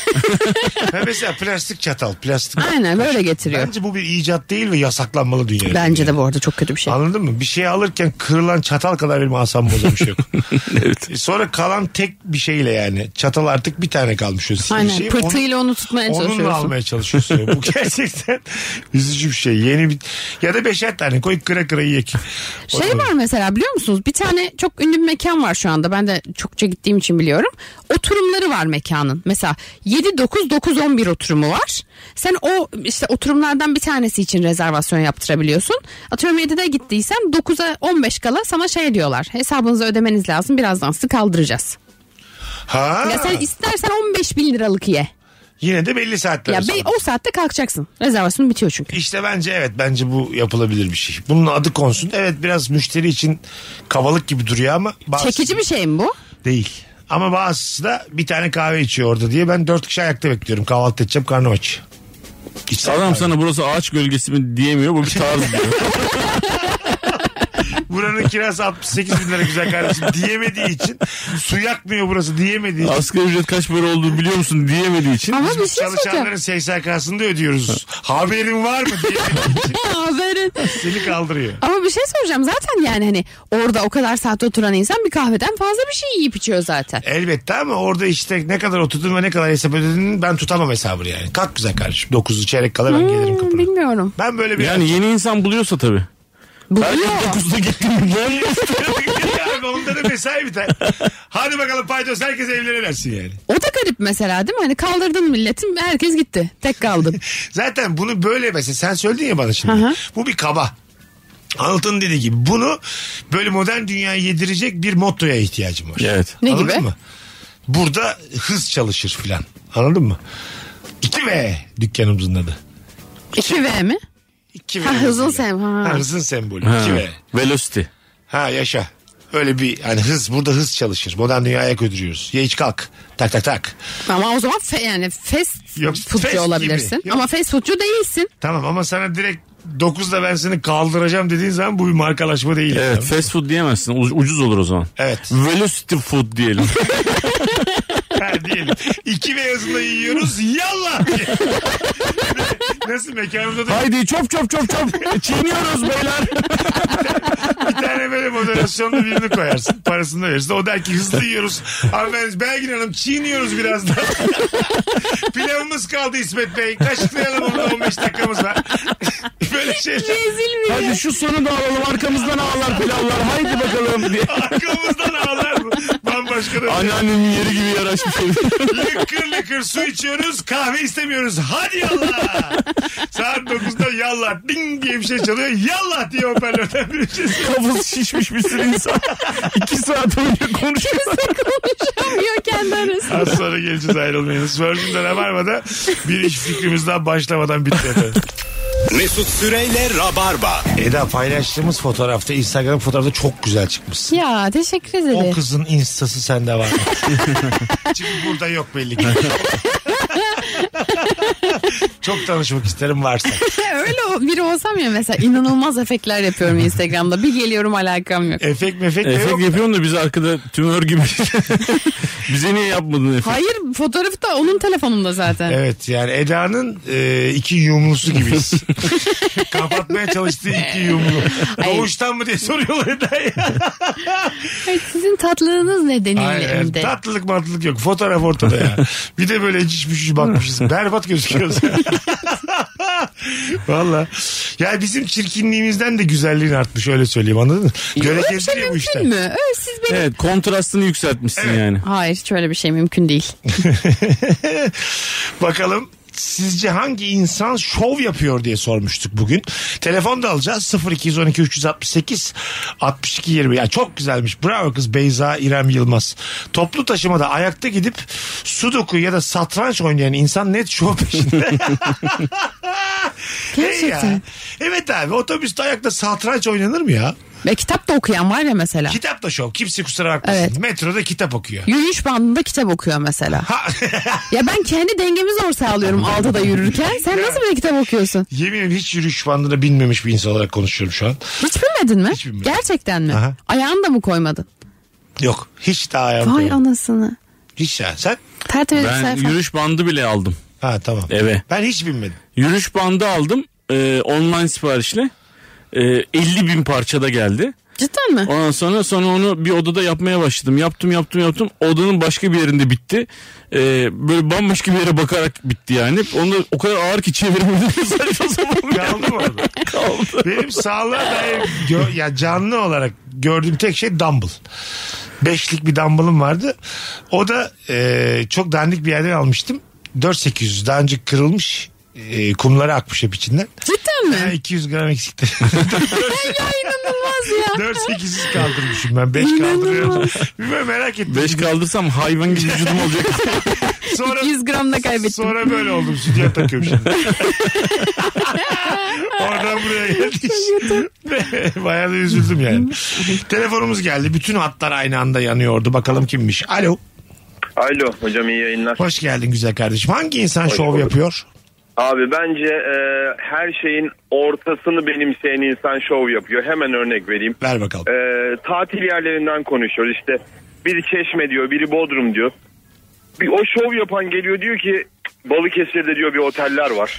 Ha, mesela plastik çatal, plastik. Aynen böyle getiriyor. Bence bu bir icat değil ve yasaklanmalı dünyada. Bence de bu arada çok kötü bir şey. Anladın mı? Bir şey alırken kırılan çatal kadar benim asam bozan bir şey yok. Evet. E Sonra kalan tek bir şeyle yani. Çatal artık bir tane kalmış. O Aynen şey. pırtıyla onu tutmaya Onunla çalışıyorsun. almaya çalışıyorsun. Bu gerçekten üzücü bir şey. Yeni bir ya da beşer tane koy kıra kıra yiyek. Şey var mesela biliyor musunuz? Bir tane çok ünlü bir mekan var şu anda. Ben de çokça gittiğim için biliyorum. Oturumları var mekanın. Mesela yedi dokuz dokuz on bir oturumu var. Sen o işte oturumlardan bir tanesi için rezervasyon yaptırabiliyorsun. Atıyorum yedide gittiysen dokuza on beş kala sana şey diyorlar. Hesabınızı ödemeniz lazım. Birazdan sizi kaldıracağız. Ha. Ya sen istersen on beş bin liralık ye. Yine de belli saatler Ya sonra. be, o saatte kalkacaksın. Rezervasyon bitiyor çünkü. İşte bence evet bence bu yapılabilir bir şey. Bunun adı konsun. Evet biraz müşteri için kabalık gibi duruyor ama bazısı Çekici bir şey mi bu? değil. Ama bazısı da bir tane kahve içiyor orada diye ben dört kişi ayakta bekliyorum. Kahvaltı edeceğim karnım aç. İçsem Adam kahve. sana burası ağaç gölgesi mi diyemiyor bu bir tarz diyor. Bu buranın kirası altmış sekiz bin lira güzel kardeşim diyemediği için, su yakmıyor burası diyemediği için. Asgari ücret kaç para olduğunu biliyor musun diyemediği için. Ama Biz bir bu şey çalışanların S S K'sını da ödüyoruz. Haberin var mı diyemediği için Haberin. seni kaldırıyor. Ama bir şey soracağım, zaten yani hani orada o kadar saat oturan insan bir kahveden fazla bir şey yiyip içiyor zaten. Elbette ama orada işte ne kadar oturdun ve ne kadar hesap ödedin ben tutamam hesabını yani. Kalk güzel kardeşim. dokuzu çeyrek kala ben gelirim kapına. Bilmiyorum. Ben böyle bir... Yani yeni insan buluyorsa tabii. Buluyor. dokuzda gittim. Abi onda da mesai biter. Hadi bakalım paydos herkes evlerine versin yani. O da garip mesela değil mi? Hani kaldırdın milletin, herkes gitti. Tek kaldın. Zaten bunu böyle mesela sen söyledin ya bana şimdi. Hı hı. Bu bir kaba. Anıltın dediği gibi bunu böyle modern dünyaya yedirecek bir mottoya ihtiyacım var. Evet. Ne Anladın gibi? mı? Burada hız çalışır filan. Anladın mı? iki V dükkanımızın adı. iki V mi? iki V Ha, hızın yazıyla. sembolü, ha. Ha, hızın sembolü. Ha, iki V. Velocity. Ha yaşa. Öyle bir hani hız burada hız çalışır. Modern dünyaya ayak uyduruyoruz. Ye iç kalk. Tak tak tak. Ama o zaman fe, yani fast Yok, foodcu fast olabilirsin. gibi. Yok. Ama fast foodcu değilsin. Tamam ama sana direkt dokuzda ben seni kaldıracağım dediğin zaman bu bir markalaşma değil. Evet, Tamam. fast food diyemezsin. U- ucuz olur o zaman. Evet. Velocity food diyelim. Ha, diyelim. İki V hızında yiyoruz. Yallah diye. Nasıl mekanımızda da Haydi çop çop çop çop. Çiğniyoruz beyler. bir tane böyle moderasyonlu birini koyarsın. Parasını da verirsin. O der ki hızlı yiyoruz. Hanımefendi Belgin Hanım çiğniyoruz biraz daha. Pilavımız kaldı İsmet Bey. Kaşıklayalım onu da on beş dakikamız var. Böyle şeyler. Rezil mi? Hadi şu sonu da alalım, arkamızdan ağlar pilavlar. Haydi bakalım diye. Arkamızdan ağlar mı? Bambaşka da. Anneannemin yeri gibi yer açmış. Lıkır lıkır su içiyoruz, kahve istemiyoruz. Hadi yallah. Saat dokuzda yallah ding diye bir şey çalıyor. Yallah diye hoparlörden bir şey. Kafası şişmiş bir sürü insan. İki saat önce konuşuyor. Konuşamıyor kendi arasında. Az sonra geleceğiz, ayrılmayınız. Virgin'de Rabarba'da bir iş fikrimiz daha başlamadan bitti efendim. Mesut Süreyle Rabarba. Eda paylaştığımız fotoğrafta, Instagram fotoğrafta çok güzel çıkmışsın. Ya teşekkür O ederim. kızın instası sende var. Çünkü burada yok belli ki. Çok tanışmak isterim varsa. Öyle biri olsam ya mesela, inanılmaz efektler yapıyorum Instagram'da. Bir geliyorum alakam yok. Efekt mefekt de yok. Efekt yapıyorum da biz arkada tümör gibi. Bize niye yapmadın efekt? Hayır, fotoğrafı da onun telefonunda zaten. Evet yani Eda'nın e, iki yumrusu gibiyiz. Kapatmaya çalıştığı iki yumru. Ay. Doğuştan mı diye soruyorlar Eda'ya. Hayır, sizin tatlılığınız nedeniyle Hayır, hem de. tatlılık matlılık yok. Fotoğraf ortada ya. Bir de böyle cişmiş bakmışız. Berbat gözüküyoruz. Valla. Ya bizim çirkinliğimizden de güzelliğin artmış, öyle söyleyeyim, anladın mı? Göre Öyle bir şey gezdiriyor bu işler. mümkün mü? Öyle siz benim... Evet, kontrastını yükseltmişsin yani. Hayır, hiç öyle bir şey mümkün değil. Bakalım sizce hangi insan şov yapıyor diye sormuştuk bugün. Telefon da alacağız. sıfır iki on iki üç altı sekiz altmış iki yirmi. Ya çok güzelmiş. Bravo kız Beyza İrem Yılmaz. Toplu taşımada ayakta gidip sudoku ya da satranç oynayan insan net şov peşinde. Hey ya. Gerçekten. Evet abi, otobüste ayakta satranç oynanır mı ya? Ve kitap da okuyan var ya mesela. Kitap da şov. Kimse kusura bakmasın. Evet. Metroda kitap okuyor. Yürüyüş bandında kitap okuyor mesela. Ha. Ya ben kendi dengemi zor sağlıyorum altıda yürürken. Sen nasıl böyle kitap okuyorsun? Yemin ederim hiç yürüyüş bandına binmemiş bir insan olarak konuşuyorum şu an. Hiç bilmedin mi? Hiç bilmedim. Gerçekten mi? Aha. Ayağını da mı koymadın? Yok. Hiç daha ayağım Vay koymadım. anasını. Hiç ya. Sen? Tertemiz bir Ben sayfa. yürüyüş bandı bile aldım Ha tamam. eve. Ben hiç binmedim. Yürüyüş bandı aldım e, online siparişle. E, elli bin parçada geldi. Cidden mi? Ondan sonra sonra onu bir odada yapmaya başladım. Yaptım yaptım yaptım. Odanın başka bir yerinde bitti. Ee, böyle bambaşka bir yere bakarak bitti yani. Onu da o kadar ağır ki çeviremedim. Kaldı mı orada? Kaldı. Benim sağlığa dair gö- ya canlı olarak gördüğüm tek şey dumbbell. Beşlik bir dumbbellım vardı. O da e, çok dandik bir yerden almıştım. dört bin sekiz yüz daha önce kırılmış. E, kumları akmış hep içinden. Cidden mi? Ha, iki yüz gram eksikti. Ya inanılmaz ya. dört bin sekiz yüz kaldırmışım ben. beş kaldırıyorum. Bilmiyorum, merak ettim. Beş kaldırsam hayvan gibi vücudum olacak. Sonra, iki yüz gram da kaybettim. Sonra böyle oldum. Stüdyo takıyorum şimdi. Oradan buraya geldik. Bayağı da üzüldüm yani. Telefonumuz geldi. Bütün hatlar aynı anda yanıyordu. Bakalım kimmiş. Alo. Alo hocam, iyi yayınlar. Hoş geldin güzel kardeşim. Hangi insan Hoş şov bulduk. yapıyor? Abi bence e, her şeyin ortasını benimseyen insan şov yapıyor. Hemen örnek vereyim. Ver bakalım. E, tatil yerlerinden konuşuyoruz işte. Biri Çeşme diyor, biri Bodrum diyor. Bir o şov yapan geliyor diyor ki Balıkesir'de diyor bir oteller var.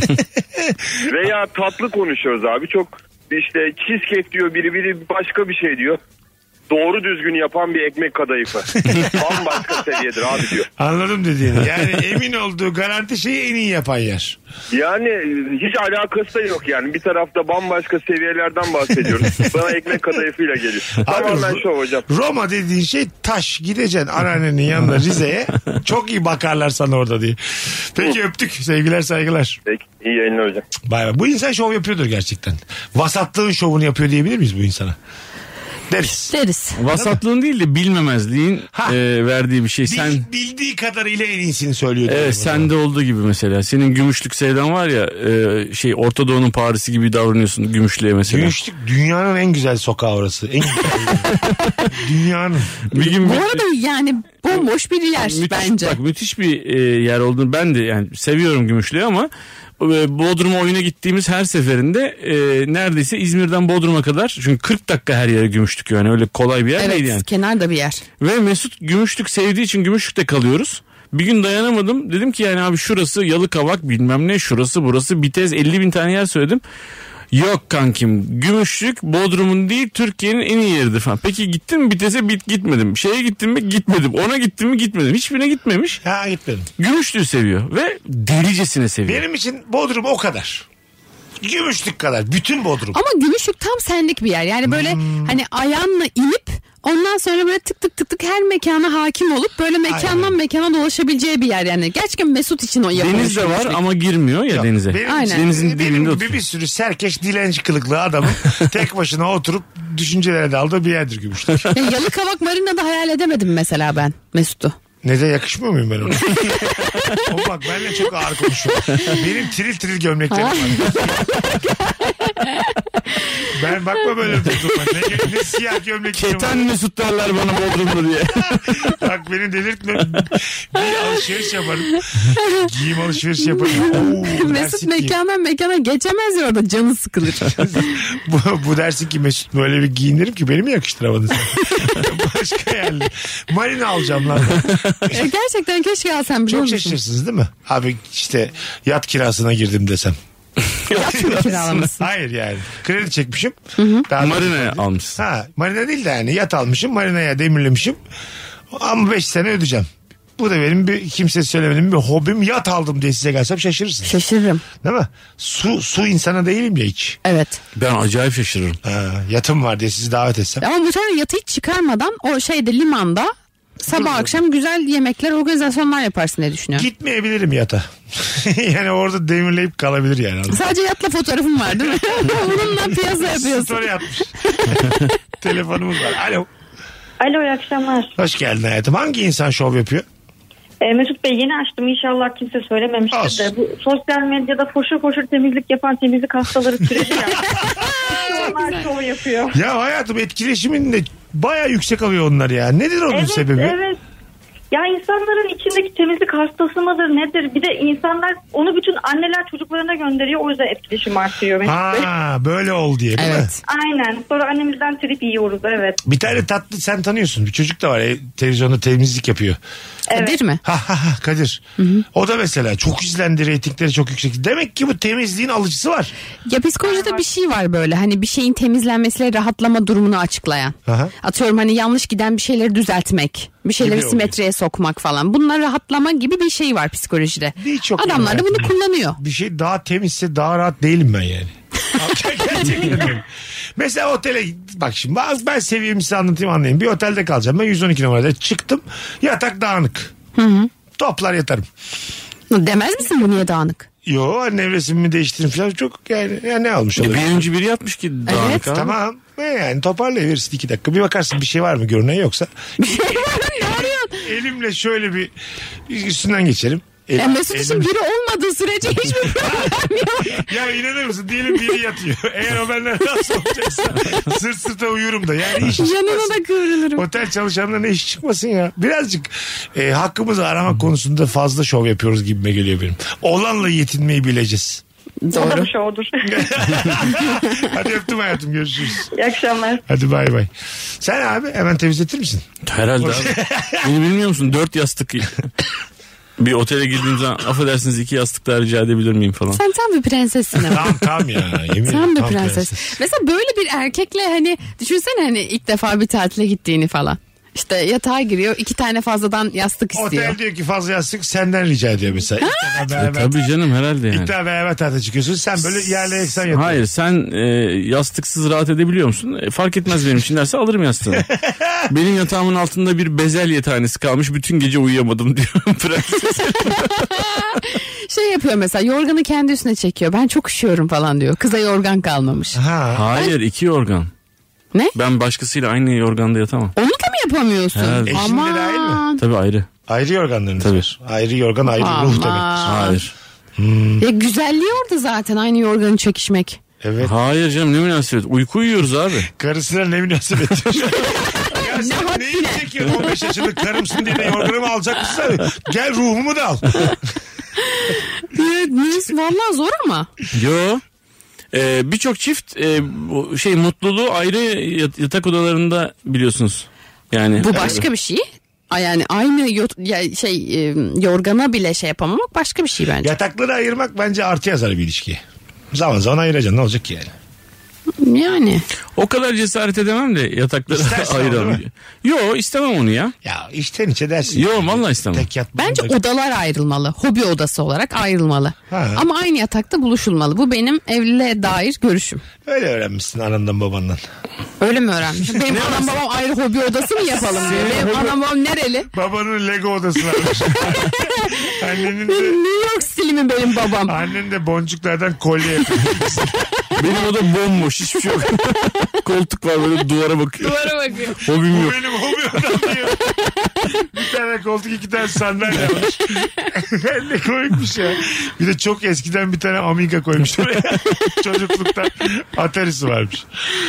Veya tatlı konuşuyoruz abi. Çok işte cheesecake diyor biri, biri başka bir şey diyor. Doğru düzgün yapan bir ekmek kadayıfı. Bambaşka seviyedir abi diyor. Anladım dediğini. Yani emin olduğu garanti şeyi en iyi yapan yer. Yani hiç alakası da yok yani. Bir tarafta bambaşka seviyelerden bahsediyoruz. Bana ekmek kadayıfıyla geliyor. Tamamen şov hocam. Roma dediğin şey taş. Gideceksin anneannenin yanına Rize'ye. Çok iyi bakarlar sana orada diye. Peki öptük. Sevgiler saygılar. Peki iyi yayınlar hocam. Bay bay. Bu insan şov yapıyordur gerçekten. Vasatlığın şovunu yapıyor diyebilir miyiz bu insana? Deriz. Deriz. Vasatlığın değil de bilmemezliğin e, verdiği bir şey. Bil, Sen bildiği kadarıyla en iyisini söylüyor. Evet, sende olduğu gibi mesela. Senin gümüşlük sevdan var ya, e, şey Orta Doğu'nun Paris'i gibi davranıyorsun gümüşlüğe mesela. Gümüşlük dünyanın en güzel sokağı orası. En güzel. Dünyanın. Bir gün Bu bir- arada yani bomboş bir yer müthiş, bence. Bak müthiş bir e, yer olduğunu ben de yani seviyorum gümüşlüğü ama e, Bodrum'a oyuna gittiğimiz her seferinde e, neredeyse İzmir'den Bodrum'a kadar, çünkü kırk dakika her yere Gümüşlük, yani öyle kolay bir yer Evet, değil yani. kenarda bir yer. Ve Mesut Gümüşlük sevdiği için Gümüşlük'te kalıyoruz. Bir gün dayanamadım. Dedim ki yani abi şurası Yalıkavak bilmem ne, şurası burası Bitez, elli bin tane yer söyledim. Yok kankim, Gümüşlük Bodrum'un değil Türkiye'nin en iyi yeridir falan. Peki gittin mi Bitez'e? Bit gitmedim. Şeye gittin mi? Gitmedim. Ona gittin mi? Gitmedim. Hiçbirine gitmemiş. Ha gitmedim. Gümüşlüğü seviyor ve delicesine seviyor. Benim için Bodrum o kadar. Gümüşlük kadar. Bütün Bodrum. Ama Gümüşlük tam senlik bir yer. Yani böyle Hmm. hani ayağınla inip ondan sonra böyle tık tık tık tık her mekana hakim olup böyle mekandan Aynen. mekana dolaşabileceği bir yer yani. Gerçekten Mesut için o yapılmış. Deniz de var Gümüşlük. ama girmiyor ya Yok, denize. Benim, Aynen. Denizin benim dibinde gibi oturuyor. bir sürü serkeş dilenci kılıklı adamın tek başına oturup düşüncelere daldığı bir yerdir Gümüşlük. Ya Yalıkavak Marina'da hayal edemedim mesela ben Mesut'u. Ne de yakışmıyor muyum ben ona? O bak benimle çok ağır konuşuyor. Benim tril tril gömleklerim var. Ben bakma böyle duruma. Ne, ne siyah gömleklerim Keten var. Mesut derler bana Bodrum'da diye. Bak beni delirtme. Bir alışveriş yaparım. Giyim alışverişi yaparım. Oo, Mesut dersin ki, mekandan mekana geçemez ya, orada canı sıkılır. bu, bu dersin ki Mesut böyle bir giyinirim ki beni mi yakıştıramadın sen? Başka yerli. Marina alacağım lan. E, Gerçekten keşke alsam, biliyor Çok musun? şaşırırsınız değil mi? Abi işte yat kirasına girdim desem. Yat mı kiralamışsın? Hayır yani. Kredi çekmişim. Daha Marina'ya almışsın. Ha, marina değil de yani yat almışım. Marina'ya demirlemişim. Ama beş sene ödeyeceğim. Bu da benim bir kimse söylemediğim bir hobim. Yat aldım diye size gelsem şaşırırsınız. Şaşırırım. Değil mi? Su, su insana değilim ya hiç. Evet. Ben acayip şaşırırım. Ha, yatım var diye sizi davet etsem. Ama bu sefer yatı hiç çıkarmadan o şeyde limanda sabah akşam güzel yemekler, organizasyonlar yaparsın diye düşünüyorum. Gitmeyebilirim yata. Yani orada demirleyip kalabilir yani. Sadece yatla fotoğrafım var değil mi? Bununla piyasa yapıyorsun. Story atmış. Telefonumuz var. Alo. Alo, iyi akşamlar. Hoş geldin hayatım. Hangi insan şov yapıyor? E, Mesut Bey, yeni açtım, İnşallah kimse söylememiştir Olsun. de. Bu sosyal medyada foşur foşur temizlik yapan temizlik hastaları türedi ya. Onlar şov yapıyor. Ya hayatım etkileşimin de baya yüksek alıyor onlar ya. Nedir onun Evet, sebebi? evet. Ya insanların içindeki temizlik hastası mıdır nedir? Bir de insanlar onu bütün anneler çocuklarına gönderiyor. O yüzden etkileşim artıyor Mesut Bey. Ha böyle ol diye değil mi? Evet. Aynen. Sonra annemizden trip yiyoruz, evet. Bir tane tatlı sen tanıyorsun. Bir çocuk da var e, televizyonda temizlik yapıyor. Kadir mi? Ha ha ha Kadir. O da mesela çok izlendi, reytingleri çok yüksek. Demek ki bu temizliğin alıcısı var. Ya psikolojide bir şey var böyle, hani bir şeyin temizlenmesiyle rahatlama durumunu açıklayan. Aha. Atıyorum hani yanlış giden bir şeyleri düzeltmek, bir şeyleri Gibi simetriye sokmak falan. Bunlar rahatlama gibi bir şey var psikolojide. Hiç yok Adamlar da yani. bunu kullanıyor. Bir şey daha temizse daha rahat değilim ben yani. Gerçekten öyle. Mesela otele bak şimdi ben seviyemi size anlatayım anlayayım. Bir otelde kalacağım. Ben yüz on iki numarada çıktım. Yatak dağınık. Hı hı. Toplar yatarım. Demez misin bu niye dağınık? Yo nevresimimi değiştirin falan çok yani, yani ne almış olur. Birinci biri yatmış ki dağınık Evet, abi. Tamam. E yani toparlayıverirsin iki dakika. Bir bakarsın bir şey var mı görünen yoksa. Bir şey var mı? Ne arıyorsun? Elimle şöyle bir üstünden geçerim. Ya Mesut için biri olmadığı sürece hiçbir problem yok. Ya inanır mısın? Diyelim biri yatıyor. Eğer o benden rahatsız olacaksa sırt sırta uyurum da. Yani iş Yanına çıkmasın. da kıvrılırım. Otel çalışanlarına iş çıkmasın ya. Birazcık e, hakkımızı aramak konusunda fazla şov yapıyoruz gibime geliyor benim. Olanla yetinmeyi bileceğiz. O da Doğru. bir şovdur. Hadi öptüm hayatım, görüşürüz. İyi akşamlar. Hadi bay bay. Sen abi hemen temizletir misin? Herhalde abi. Beni bilmiyor musun? Dört yastık. Bir otele girdiğim zaman affedersiniz iki yastık daha rica edebilir miyim falan. Sen tam bir prensessin ama. Tam tam ya. Yemin Tam ederim, bir tam prenses. Mesela böyle bir erkekle hani düşünsene hani ilk defa bir tatile gittiğini falan. İşte yatağa giriyor, iki tane fazladan yastık istiyor. Otel diyor ki fazla yastık senden rica ediyor mesela. İlk defa E, beraber, tabii canım herhalde ilk yani. defa beraber tatile çıkıyorsun. Sen böyle yerle eksen yatıyorsun. Hayır sen e, yastıksız rahat edebiliyor musun? E, fark etmez benim için derse alırım yastığını. Benim yatağımın altında bir bezelye tanesi kalmış, bütün gece uyuyamadım diyor prenses. Şey yapıyor mesela, yorganı kendi üstüne çekiyor. Ben çok üşüyorum falan diyor. Kıza yorgan kalmamış. Ha. Hayır iki yorgan. Ne? Ben başkasıyla aynı yorganda yatamam. Onu da mı yapamıyorsun? Herhalde. Eşin de dahil mi? Tabii ayrı. Ayrı yorganlarınız Tabii. var. Ayrı yorgan ayrı Aman. ruh demek. Hayır. Ya güzelliği orada zaten, aynı yorganı çekişmek. Evet. Hayır canım ne münasebet. Uyku uyuyoruz abi. Karısına ne münasebet. Ya sen Ne neyi çekiyorsun on beş yaşında karımsın diye yorganımı alacak mısın abi? Gel ruhumu da al. Evet, vallahi zor ama. Yo. Ee, Birçok çift e, bu şey mutluluğu ayrı yat- yatak odalarında biliyorsunuz. Yani Bu başka bir şey. Ay Yani aynı yo- ya şey e, yorgana bile şey yapamamak başka bir şey bence. Yatakları ayırmak bence artı yazar bir ilişkiye. Zaman zaman ayıracaksın, ne olacak ki yani? Yani. o kadar cesaret edemem de yatakları İstersen ayıralım. olur mu? Yo istemem onu ya. Ya içten içe dersin. Yo vallahi istemem. Tek yatma. Bence odalar ayrılmalı. Hobi odası olarak ayrılmalı. Ha. Ama aynı yatakta buluşulmalı. Bu benim evliliğe dair görüşüm. Öyle öğrenmişsin anandan babandan. Öyle mi öğrenmişim? Benim anam babam ayrı hobi odası mı yapalım diyor. Benim anam babam nereli? Babanın Lego odası varmış. Annenin de, New York stili mi benim babam? annen de boncuklardan kolye yapıyor. Benim oda bomboş hiçbir şey yok. Koltuk var böyle duvara bakıyor. Duvara bakıyor. Hobim Bu yok. benim hobi odam diyor. Bir tane koltuk, iki tane sandalye var. Ne koymuş ya. Bir de çok eskiden bir tane Amiga koymuş oraya. Çocukluktan Atari'si varmış.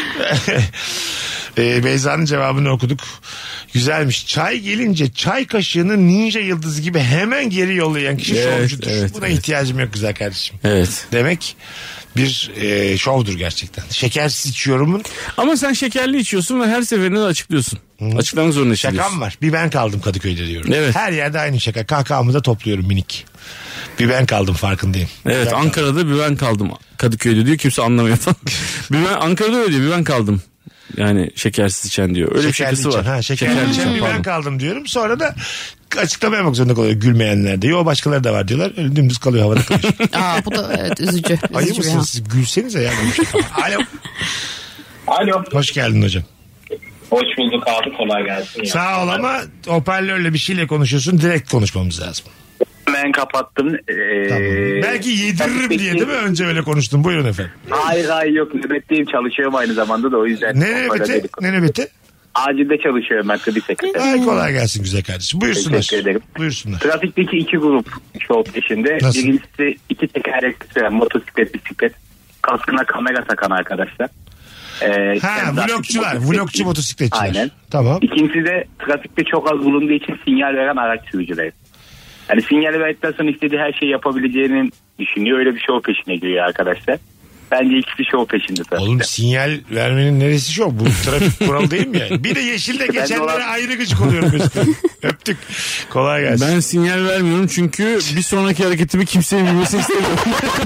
ee, Beyza'nın cevabını okuduk. Güzelmiş. Çay gelince çay kaşığını ninja yıldızı gibi hemen geri yollayan kişi Evet, şovcudur. evet, Buna evet. ihtiyacım yok güzel kardeşim. Evet. Demek bir e, şovdur gerçekten. Şekersiz içiyorumun Ama sen şekerli içiyorsun ve her seferinde de açıklıyorsun. Açıklamak zorunda hissediyorsun. şakam var. Bir ben kaldım Kadıköy'de diyorum. Evet. Her yerde aynı şaka. Kahkahamı da topluyorum minik. Bir ben kaldım farkındayım. Evet Bir ben Ankara'da bir ben kaldım Kadıköy'de diyor, kimse anlamıyor falan. bir ben, Ankara'da öyle diyor, bir ben kaldım. Yani şekersiz içen diyor. Öyle bir Şekerli şakası var. içen, ha, şekerli Şekerli içen içen, bir ben pardon. kaldım diyorum. Sonra da açıklama yapmak zorunda kalıyor gülmeyenler de. Yo başkaları da var diyorlar. Öyle dümdüz kalıyor havada kalıyor. Aa, bu da evet, üzücü. Ayı üzücü bir mısınız siz? Gülsenize ya. Alo. Alo. Hoş geldin hocam. Hoş bulduk abi, kolay gelsin. Sağ ol ama hoparlörle bir şeyle konuşuyorsun. Direkt konuşmamız lazım. Ben kapattım. Ee, Tamam. Belki yediririm peki- diye değil mi? Önce öyle konuştum. Buyurun efendim. Hayır hayır yok, nöbetteyim, çalışıyorum aynı zamanda da o yüzden. Ne nöbeti? Ne nöbeti? Acilde çalışıyorum ben, tıbbi sekreter. Ay, kolay gelsin güzel kardeşim. Buyursunlar. Teşekkür ederim. Buyursunlar. Trafikteki iki grup şov peşinde. Nasıl? Birincisi iki tekerlekli süren motosiklet, bisiklet. Kaskına kamera takan arkadaşlar. Ee, Ha kendi vlogçular. motosiklet- Vlogçu motosikletçiler. Aynen. Tamam. İkincisi de trafikte çok az bulunduğu için sinyal veren araç sürücüleri. Yani sinyal verdikten sonra istediği her şeyi yapabileceğini düşünüyor. Öyle bir şov peşine giriyor arkadaşlar. Bence ikisi şov peşinde trafikte. Oğlum sinyal vermenin neresi şov? Bu trafik kuralı değil mi yani? Bir de yeşilde Ben de geçenlere olan- ayrı gıcık oluyorum Mesut. Öptük. Kolay gelsin. Ben sinyal vermiyorum çünkü bir sonraki hareketimi kimsenin bilmesini istemiyorum.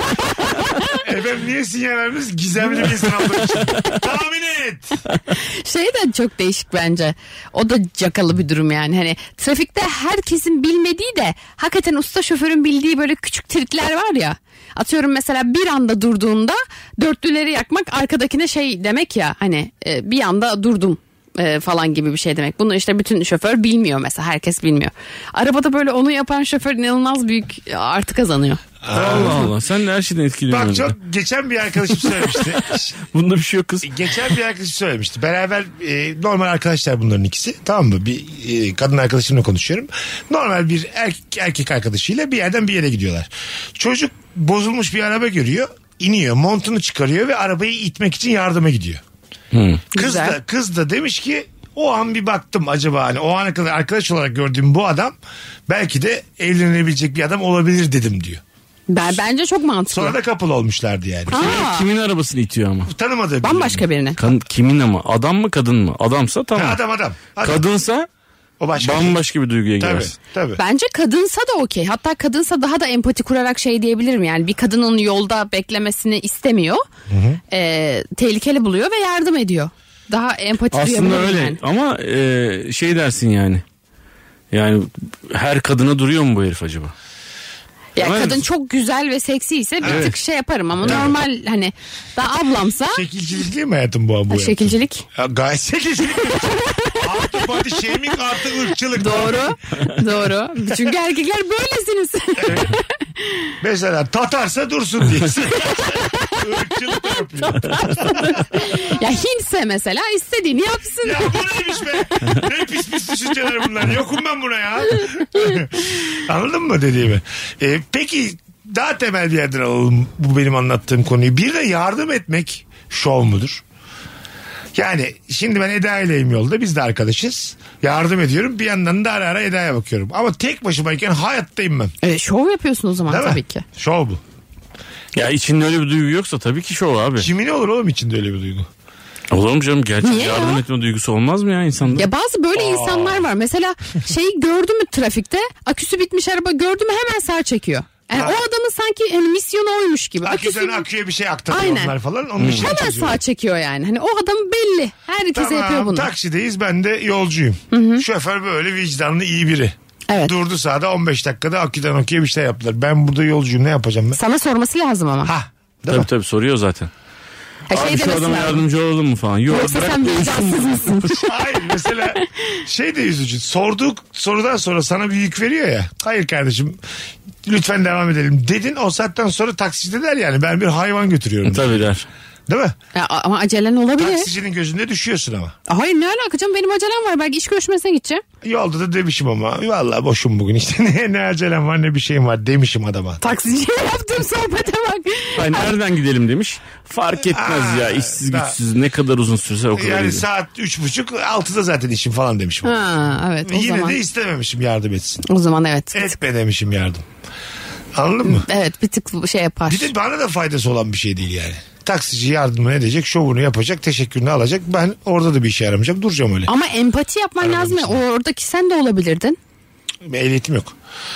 Efendim niye sinyal vermiyoruz? Gizemli bir insan olduğu için. Tahmin et. Şey de çok değişik bence. O da cakalı bir durum yani. Hani trafikte herkesin bilmediği de hakikaten usta şoförün bildiği böyle küçük trikler var ya. Atıyorum mesela bir anda durduğunda dörtlüleri yakmak arkadakine şey demek ya, hani e, bir anda durdum. e, falan gibi bir şey demek. Bunu işte bütün şoför bilmiyor mesela. Herkes bilmiyor. Arabada böyle onu yapan şoför inanılmaz büyük artı kazanıyor. Allah Allah, sen de her şeyden etkileniyorsun. Bak çok geçen bir arkadaşım söylemişti. Bunda bir şey yok kız. Geçen bir arkadaşım söylemişti. Beraber e, normal arkadaşlar bunların ikisi. Tamam mı? Bir e, kadın arkadaşımla konuşuyorum. Normal bir erkek, erkek arkadaşıyla bir yerden bir yere gidiyorlar. Çocuk bozulmuş bir araba görüyor. İniyor, montunu çıkarıyor ve arabayı itmek için yardıma gidiyor. Hmm. Kız Güzel. da, kız da demiş ki o an bir baktım acaba hani o ana kadar arkadaş olarak gördüğüm bu adam belki de evlenebilecek bir adam olabilir dedim diyor. Ben bence çok mantıklı. Sonra da couple olmuşlardı yani. Aa, Kimin arabasını itiyor ama? Tanımadığı bambaşka birini. birine. Kan, kimin ama? Adam mı kadın mı? Adamsa tamam. Ha, adam adam. adam. Kadınsa O başka. bambaşka bir duyguya Tabii girersin. tabii. Bence kadınsa da okey. Hatta kadınsa daha da empati kurarak şey diyebilirim. Yani bir kadının yolda beklemesini istemiyor. Ee, tehlikeli buluyor ve yardım ediyor. Daha empati Aslında duyabilirim öyle yani. ama e, şey dersin yani. Yani her kadına duruyor mu bu herif acaba? Ya Evet. kadın çok güzel ve seksi ise bir tık şey yaparım ama normal hani daha ablamsa Şekilcilik değil mi hayatım bu? bu şekilcilik. Ya, gayet şekilcilik. Artı body shaming artı ırkçılık. Doğru. Doğru. Çünkü erkekler böylesiniz. Mesela Tatarsa dursun diye. Irkçılık da yapıyor. Ya Hintse mesela istediğini yapsın. Ya bu neymiş be? Ne pis pis düşünceler bunlar. Yokum ben buna ya. Anladın mı dediğimi? Ee, peki daha temel bir yerden alalım bu benim anlattığım konuyu. Bir de yardım etmek şov mudur? Yani şimdi ben Eda ileyim yolda, biz de arkadaşız. Yardım ediyorum, bir yandan da ara ara Eda'ya bakıyorum. Ama tek başımayken hayatta inmem. Evet, şov yapıyorsun o zaman Değil mi? tabii ki. Şov bu. Ya içinde öyle bir duygu yoksa tabii ki şov abi. Kimin olur oğlum içinde öyle bir duygu? Olur mu canım, gerçek Niye yardım ya? etme duygusu olmaz mı ya insanda? Ya bazı böyle insanlar var. Mesela şeyi gördü mü trafikte, aküsü bitmiş araba gördü mü hemen sağ çekiyor. Yani Ha. o adamın sanki hani misyonu oymuş gibi. Aküden Aküsü aküye bir şey aktarıyor Aynen. onlar falan. Onun için hemen sağ çekiyor yani. Hani o adam belli. Herkese yapıyor Tamam, bunu. taksideyiz, ben de yolcuyum. Şoför böyle vicdanlı iyi biri. Evet. Durdu sağda, on beş dakikada aküden aküye bir şey yaptılar. Ben burada yolcuyum, ne yapacağım ben? Sana sorması lazım ama. Ha. Değil Tabii mi? tabii soruyor zaten. Ha, şey Abi şu demesi adama lazım. yardımcı olalım mı falan. Yok, Yoksa bırak sen da vicdansız mısın? Hayır, mesela şey de üzücü. Sorduk sorudan sonra sana bir yük veriyor ya. Hayır kardeşim, lütfen devam edelim dedin. O saatten sonra taksici der yani ben bir hayvan götürüyorum. Tabii der. Değil mi? Ya, ama acelen olabilir. Taksicinin gözünde düşüyorsun ama. Hayır, ne alaka canım, benim acelem var. Belki iş görüşmesine gideceğim. Yolda da demişim ama vallahi boşum bugün işte ne, ne acelem var ne bir şeyim var demişim adama. Taksiciye yaptığım sohbete bak. Ay, nereden gidelim demiş. Fark etmez Aa, ya, işsiz da- güçsüz ne kadar uzun sürse o kadar Yani iyi. saat üç buçuk altıda zaten işim falan demişim. Ha, evet, o Yine zaman. de istememişim yardım etsin. O zaman evet. Etme demişim yardım. Anladın mı? Evet, bir tık şey yapar. Bir de bana da faydası olan bir şey değil yani. Taksici yardım edecek, şovunu yapacak, teşekkürünü alacak. Ben orada da bir işe yaramayacağım. Duracağım öyle. Ama empati yapman Arabanın lazım ya. içinde. Oradaki sen de olabilirdin. Ehliyetim yok.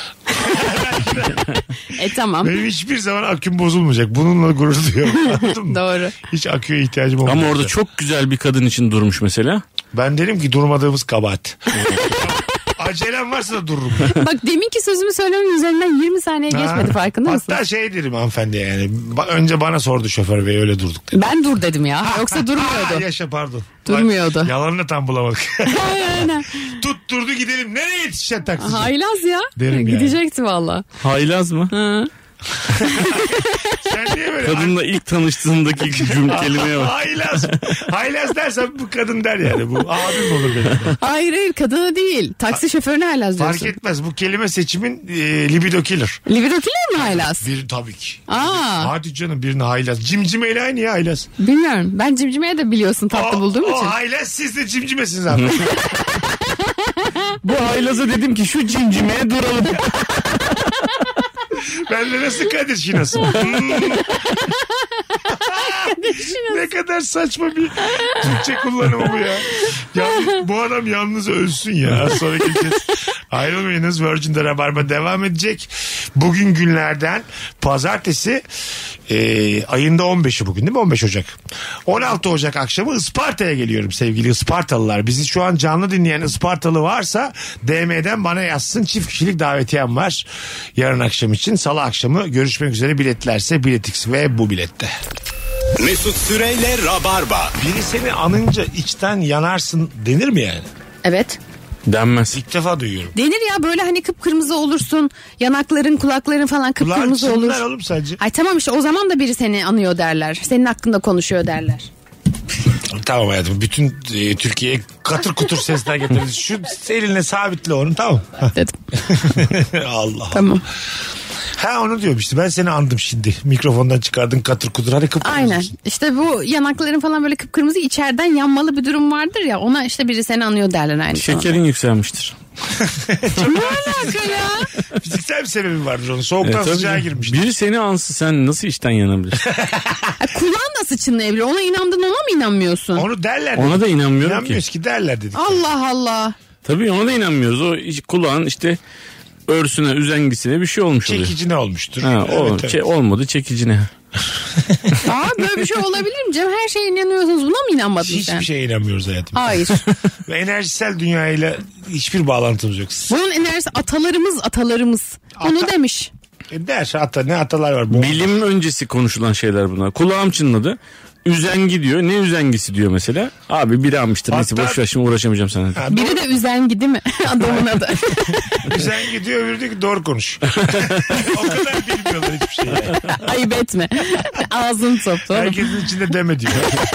E tamam. Benim hiçbir zaman aküm bozulmayacak. Bununla gurur duyuyorum. Anladın mı? Doğru. Hiç aküye ihtiyacım olmayacak. Ama orada çok güzel bir kadın için durmuş mesela. Ben derim ki durmadığımız kabahat. Acelem varsa da dururum. Bak deminki sözümü söylememin üzerinden yirmi saniye geçmedi, Ha. farkında mısın? Hatta şey derim hanımefendiye yani. Ba- önce bana sordu şoför bey, öyle durduk dedi. Ben dur dedim ya. Yoksa Aa, durmuyordu. yaşa pardon. Durmuyordu. Bak, yalanını tam bulamadık. Aynen. Tutturdu gidelim. Nereye yetişeceksin taksici? Haylaz ya. Derim yani. Gidecekti valla. Haylaz mı? Sen niye böyle? Kadınla ilk tanıştığındaki cümle kelimeye bak. Haylaz. Haylaz dersen bu kadın der yani. Bu abim olur benim. Hayır hayır, kadını değil. Taksi şoförüne haylaz diyorsun. Fark etmez. Bu kelime seçimin e, libido killer. Libido killer mi haylaz? Bir tabii ki. Aa. Hadi canım, birine haylaz. Cimcimeyle aynı ya haylaz. Bilmiyorum. Ben cimcimeye de biliyorsun tatlı O- bulduğum o için. haylaz, siz de cimcimesiniz abi. Bu haylaza dedim ki şu cimcimeye duralım. Ben de nasıl Kadir Şinas'ım. Hmm. Ne kadar saçma bir Türkçe kullanımı bu ya. ya. Bu adam yalnız ölsün ya. Az sonra geleceğiz. Ayrılmayınız. Virgin'de Rabarba devam edecek. Bugün günlerden pazartesi e, ayında on beşi bugün değil mi? on beş Ocak. on altı Ocak akşamı Isparta'ya geliyorum sevgili Ispartalılar. Bizi şu an canlı dinleyen Ispartalı varsa D M'den bana yazsın. Çift kişilik davetiyem var. Yarın akşam için. Salı akşamı görüşmek üzere, biletlerse Biletix ve bu bilette. Mesut Süreyle Rabarba. Biri seni anınca içten yanarsın denir mi yani? Evet. Denmez. İlk defa duyuyorum. Denir ya, böyle hani kıpkırmızı olursun. Yanakların, kulakların falan Kulağın kıpkırmızı olur. çınlar oğlum sadece. Ay tamam işte, o zaman da biri seni anıyor derler. Senin hakkında konuşuyor derler. Tamam hayatım. Bütün e, Türkiye'ye katır kutur sesler getiririz. Şu elinle sabitle onu, tamam. Dedim. Allah. Tamam. Ha onu diyorum işte, ben seni andım şimdi. Mikrofondan çıkardın katır kutur. Hadi kıpkırmızı. Aynen. İşte bu yanakların falan böyle kıpkırmızı, içeriden yanmalı bir durum vardır ya. Ona işte biri seni anıyor derler aynı zamanda. Şekerin yükselmiştir. Ne alaka ya? Fiziksel bir sebebi vardır onun. Soğuktan E, tabii. sıcağa girmiştir. Biri seni ansı, sen nasıl içten yanabilirsin? Ha, kulağın nasıl çınlayabilir? Ona inandın, ona mı inanmıyorsun? Onu derler. Ona dedik. da inanmıyorum İnanmıyoruz ki. ki derler dedik. Allah Allah. Tabii ona da inanmıyoruz. O iç- kulağın işte örsüne, üzengisine bir şey olmuş oluyor. Çekici ne olmuştur? Ha, o, Evet, evet. Şey, olmadı çekicine. Aa, böyle bir şey olabilir mi Cem? Her şeye inanıyorsunuz. Buna mı inanmadın sen? Hiçbir şeye inanmıyoruz hayatım. Hayır. Ve enerjisel dünyayla hiçbir bağlantımız yok. Bunun enerjisi atalarımız atalarımız. Onu Ata- demiş. E der ata, ne atalar var. Bu. Bilim öncesi konuşulan şeyler bunlar. Kulağım çınladı. Üzengi diyor. Ne üzengisi diyor mesela? Abi biri almıştır. Neyse Hatta- boş ver, şimdi uğraşamayacağım sana. Ha, Biri de üzengi değil mi? Adamın adı. Sen gidiyor, öbürü diyor ki doğru konuş. O kadar bilmiyorlar hiçbir şey. Yani. Ayıp etme. Ağzını topla. Herkesin içinde deme diyor.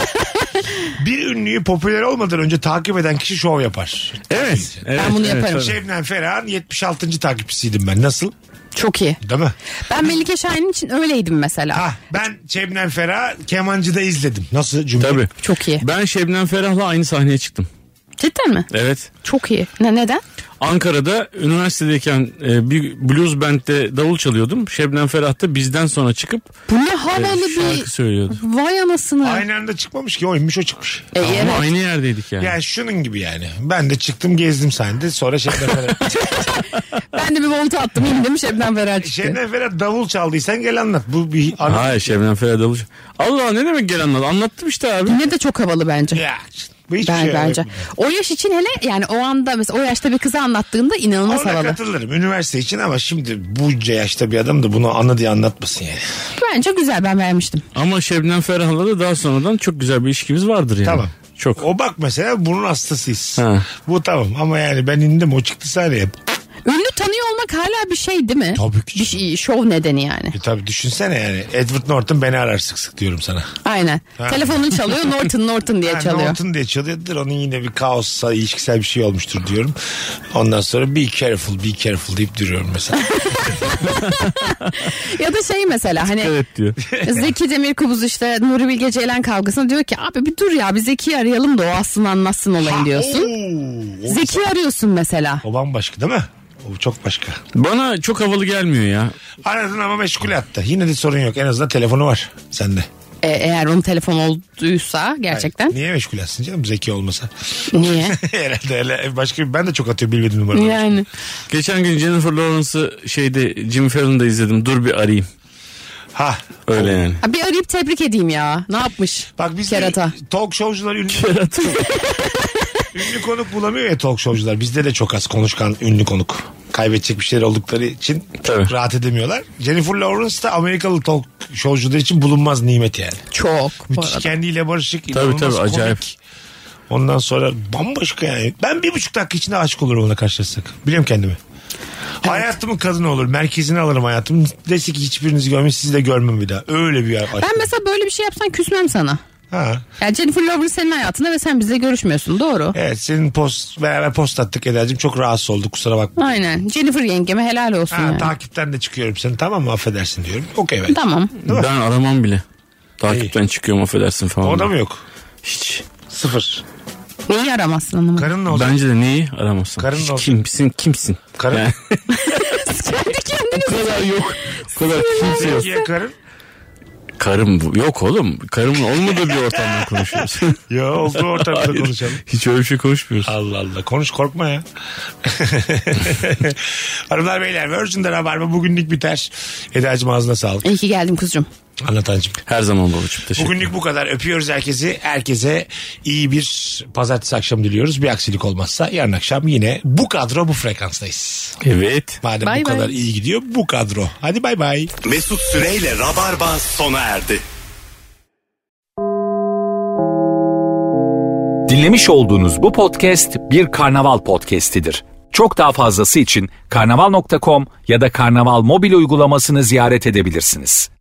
Bir ünlüyü popüler olmadan önce takip eden kişi şov yapar. Evet. evet Ben bunu evet, yaparım. tabii. Şebnem Ferah'ın yetmiş altıncı takipçisiydim ben. Nasıl? Çok iyi. Değil mi? Ben Melike Şahin'in için öyleydim mesela. Ha, ben Şebnem Ferah Kemancı'da izledim. Nasıl cümle? Tabii. Çok iyi. Ben Şebnem Ferah'la aynı sahneye çıktım. Cidden mi? Evet. Çok iyi. Ne, neden? Ankara'da üniversitedeyken e, bir blues band'de davul çalıyordum. Şebnem Ferah da bizden sonra çıkıp Bu ne e, havalı bir... şarkı söylüyordu. Vay anasını. Aynı anda çıkmamış ki, oymuş o çıkmış. E, Ama evet. aynı yerdeydik yani. Yani şunun gibi yani. Ben de çıktım gezdim sahnede, sonra Şebnem Ferah. Ben de bir volta attım, indim, Şebnem Ferah çıktı. Şebnem Ferah davul çaldıysan gel anlat. Bu bir anı. Hayır, Şebnem Ferah davul. Allah, ne demek gel anlat. Anlattım işte abi. Yine de çok havalı bence. Ya bu hiçbir Ben şey bence. yok. O yaş için hele, yani o anda mesela o yaşta bir kıza anlattığında inanılmaz Ona havalı. katılırım üniversite için, ama şimdi bunca yaşta bir adam da bunu anı diye anlatmasın yani. Bence güzel, ben vermiştim. Ama Şebnem Ferah'la da daha sonradan çok güzel bir ilişkimiz vardır yani. Tamam. Çok. O bak mesela bunun hastasıyız. Ha. Bu tamam, ama yani ben indim, o çıktı sahneye. Ünlü tanıyor olmak hala bir şey değil mi? Tabii ki. Bir şey, şov nedeni yani. E tabii düşünsene yani. Edward Norton beni arar sık sık diyorum sana. Aynen. Ha. Telefonun çalıyor, Norton Norton diye Ha, çalıyor. Norton diye çalıyordur. Onun yine bir kaossa ilişkisel bir şey olmuştur diyorum. Ondan sonra be careful, be careful deyip duruyorum mesela. Ya da şey mesela hani Evet diyor. Zeki Demirkubuz işte Nuri Bilge Ceylan kavgasında diyor ki abi bir dur ya, bir Zeki'yi arayalım da o aslında anlatsın olayı diyorsun. Oo, o, Zeki'yi arıyorsun mesela. o bambaşka değil mi? O çok başka. Bana çok havalı gelmiyor ya. Aradın ama meşgul hatta. Yine de sorun yok. En azından telefonu var sende. E, eğer onun telefon olduysa gerçekten. Niye meşgul etsin canım zeki olmasa? Niye? Herhalde öyle. Başka ben de çok atıyor bilmediğim numaraları. Yani. Geçen gün Jennifer Lawrence'ı şeyde Jimmy Fallon'da izledim. Dur bir arayayım. Ha. Öyle yani. Ha, bir arayıp tebrik edeyim ya. Ne yapmış? Bak biz Kerata. talk showcular ünlü, ünlü konuk bulamıyor ya talk showcular. Bizde de çok az konuşkan ünlü konuk. Kaybedecek bir şeyler oldukları için Tabii. rahat edemiyorlar. Jennifer Lawrence da Amerikalı talk showcular için bulunmaz nimet yani. Çok. Bu Müthiş, arada. kendiyle barışık. Tabii, inanılmaz tabii, komik. acayip. Ondan sonra bambaşka yani. Ben bir buçuk dakika içinde aşık olurum onunla karşılaşsak. Biliyorum kendimi. Hayatımın kadını olur. Merkezine alırım hayatımın. Desi ki hiçbirinizi görmeyin, sizi de görmem bir daha. Öyle bir aşk. Ben mesela böyle bir şey yapsan küsmem sana. Ha. Yani Jennifer Lawrence senin hayatında ve sen bizle görüşmüyorsun, doğru. Evet, senin post beraber post attık Eda'cığım, çok rahatsız olduk, kusura bakma. Aynen. Jennifer yengeme helal olsun Ha, yani. takipten de çıkıyorum seni, tamam mı, affedersin diyorum. Okey ben. Tamam. Değil mi? Ben aramam bile. Takipten çıkıyorum, affedersin falan. O da mı yok? Hiç. Sıfır. Neyi aramazsın hanımı? Karın ne olacak? Bence de neyi aramazsın? Karın Hiç ne olacak? kimsin kimsin? Karın. Yani, Kendi kendine. o kadar yok. O kadar kimse yok. Ya karın? Karım bu. Yok oğlum. Karımın olmadığı bir ortamdan konuşuyoruz. Ya olduğu ortamda Hayır, konuşalım. hiç öyle bir şey konuşmuyoruz. Allah Allah, konuş, korkma ya. Hanımlar beyler, Virgin'de Rabarba bugünlük biter. Eda'cığım ağzına sağlık. İyi ki geldin kuzucuğum. Anlatancığım. Her zaman babacığım. Teşekkür Bugünlük bu kadar. Öpüyoruz herkesi. Herkese iyi bir pazartesi akşamı diliyoruz. Bir aksilik olmazsa yarın akşam yine bu kadro, bu frekanstayız. Evet. Madem Bay bu bay. kadar iyi gidiyor, bu kadro. Hadi bay bay. Mesut Süreyle Rabarba sona erdi. Dinlemiş olduğunuz bu podcast bir karnaval podcastidir. Çok daha fazlası için karnaval nokta com ya da karnaval mobil uygulamasını ziyaret edebilirsiniz.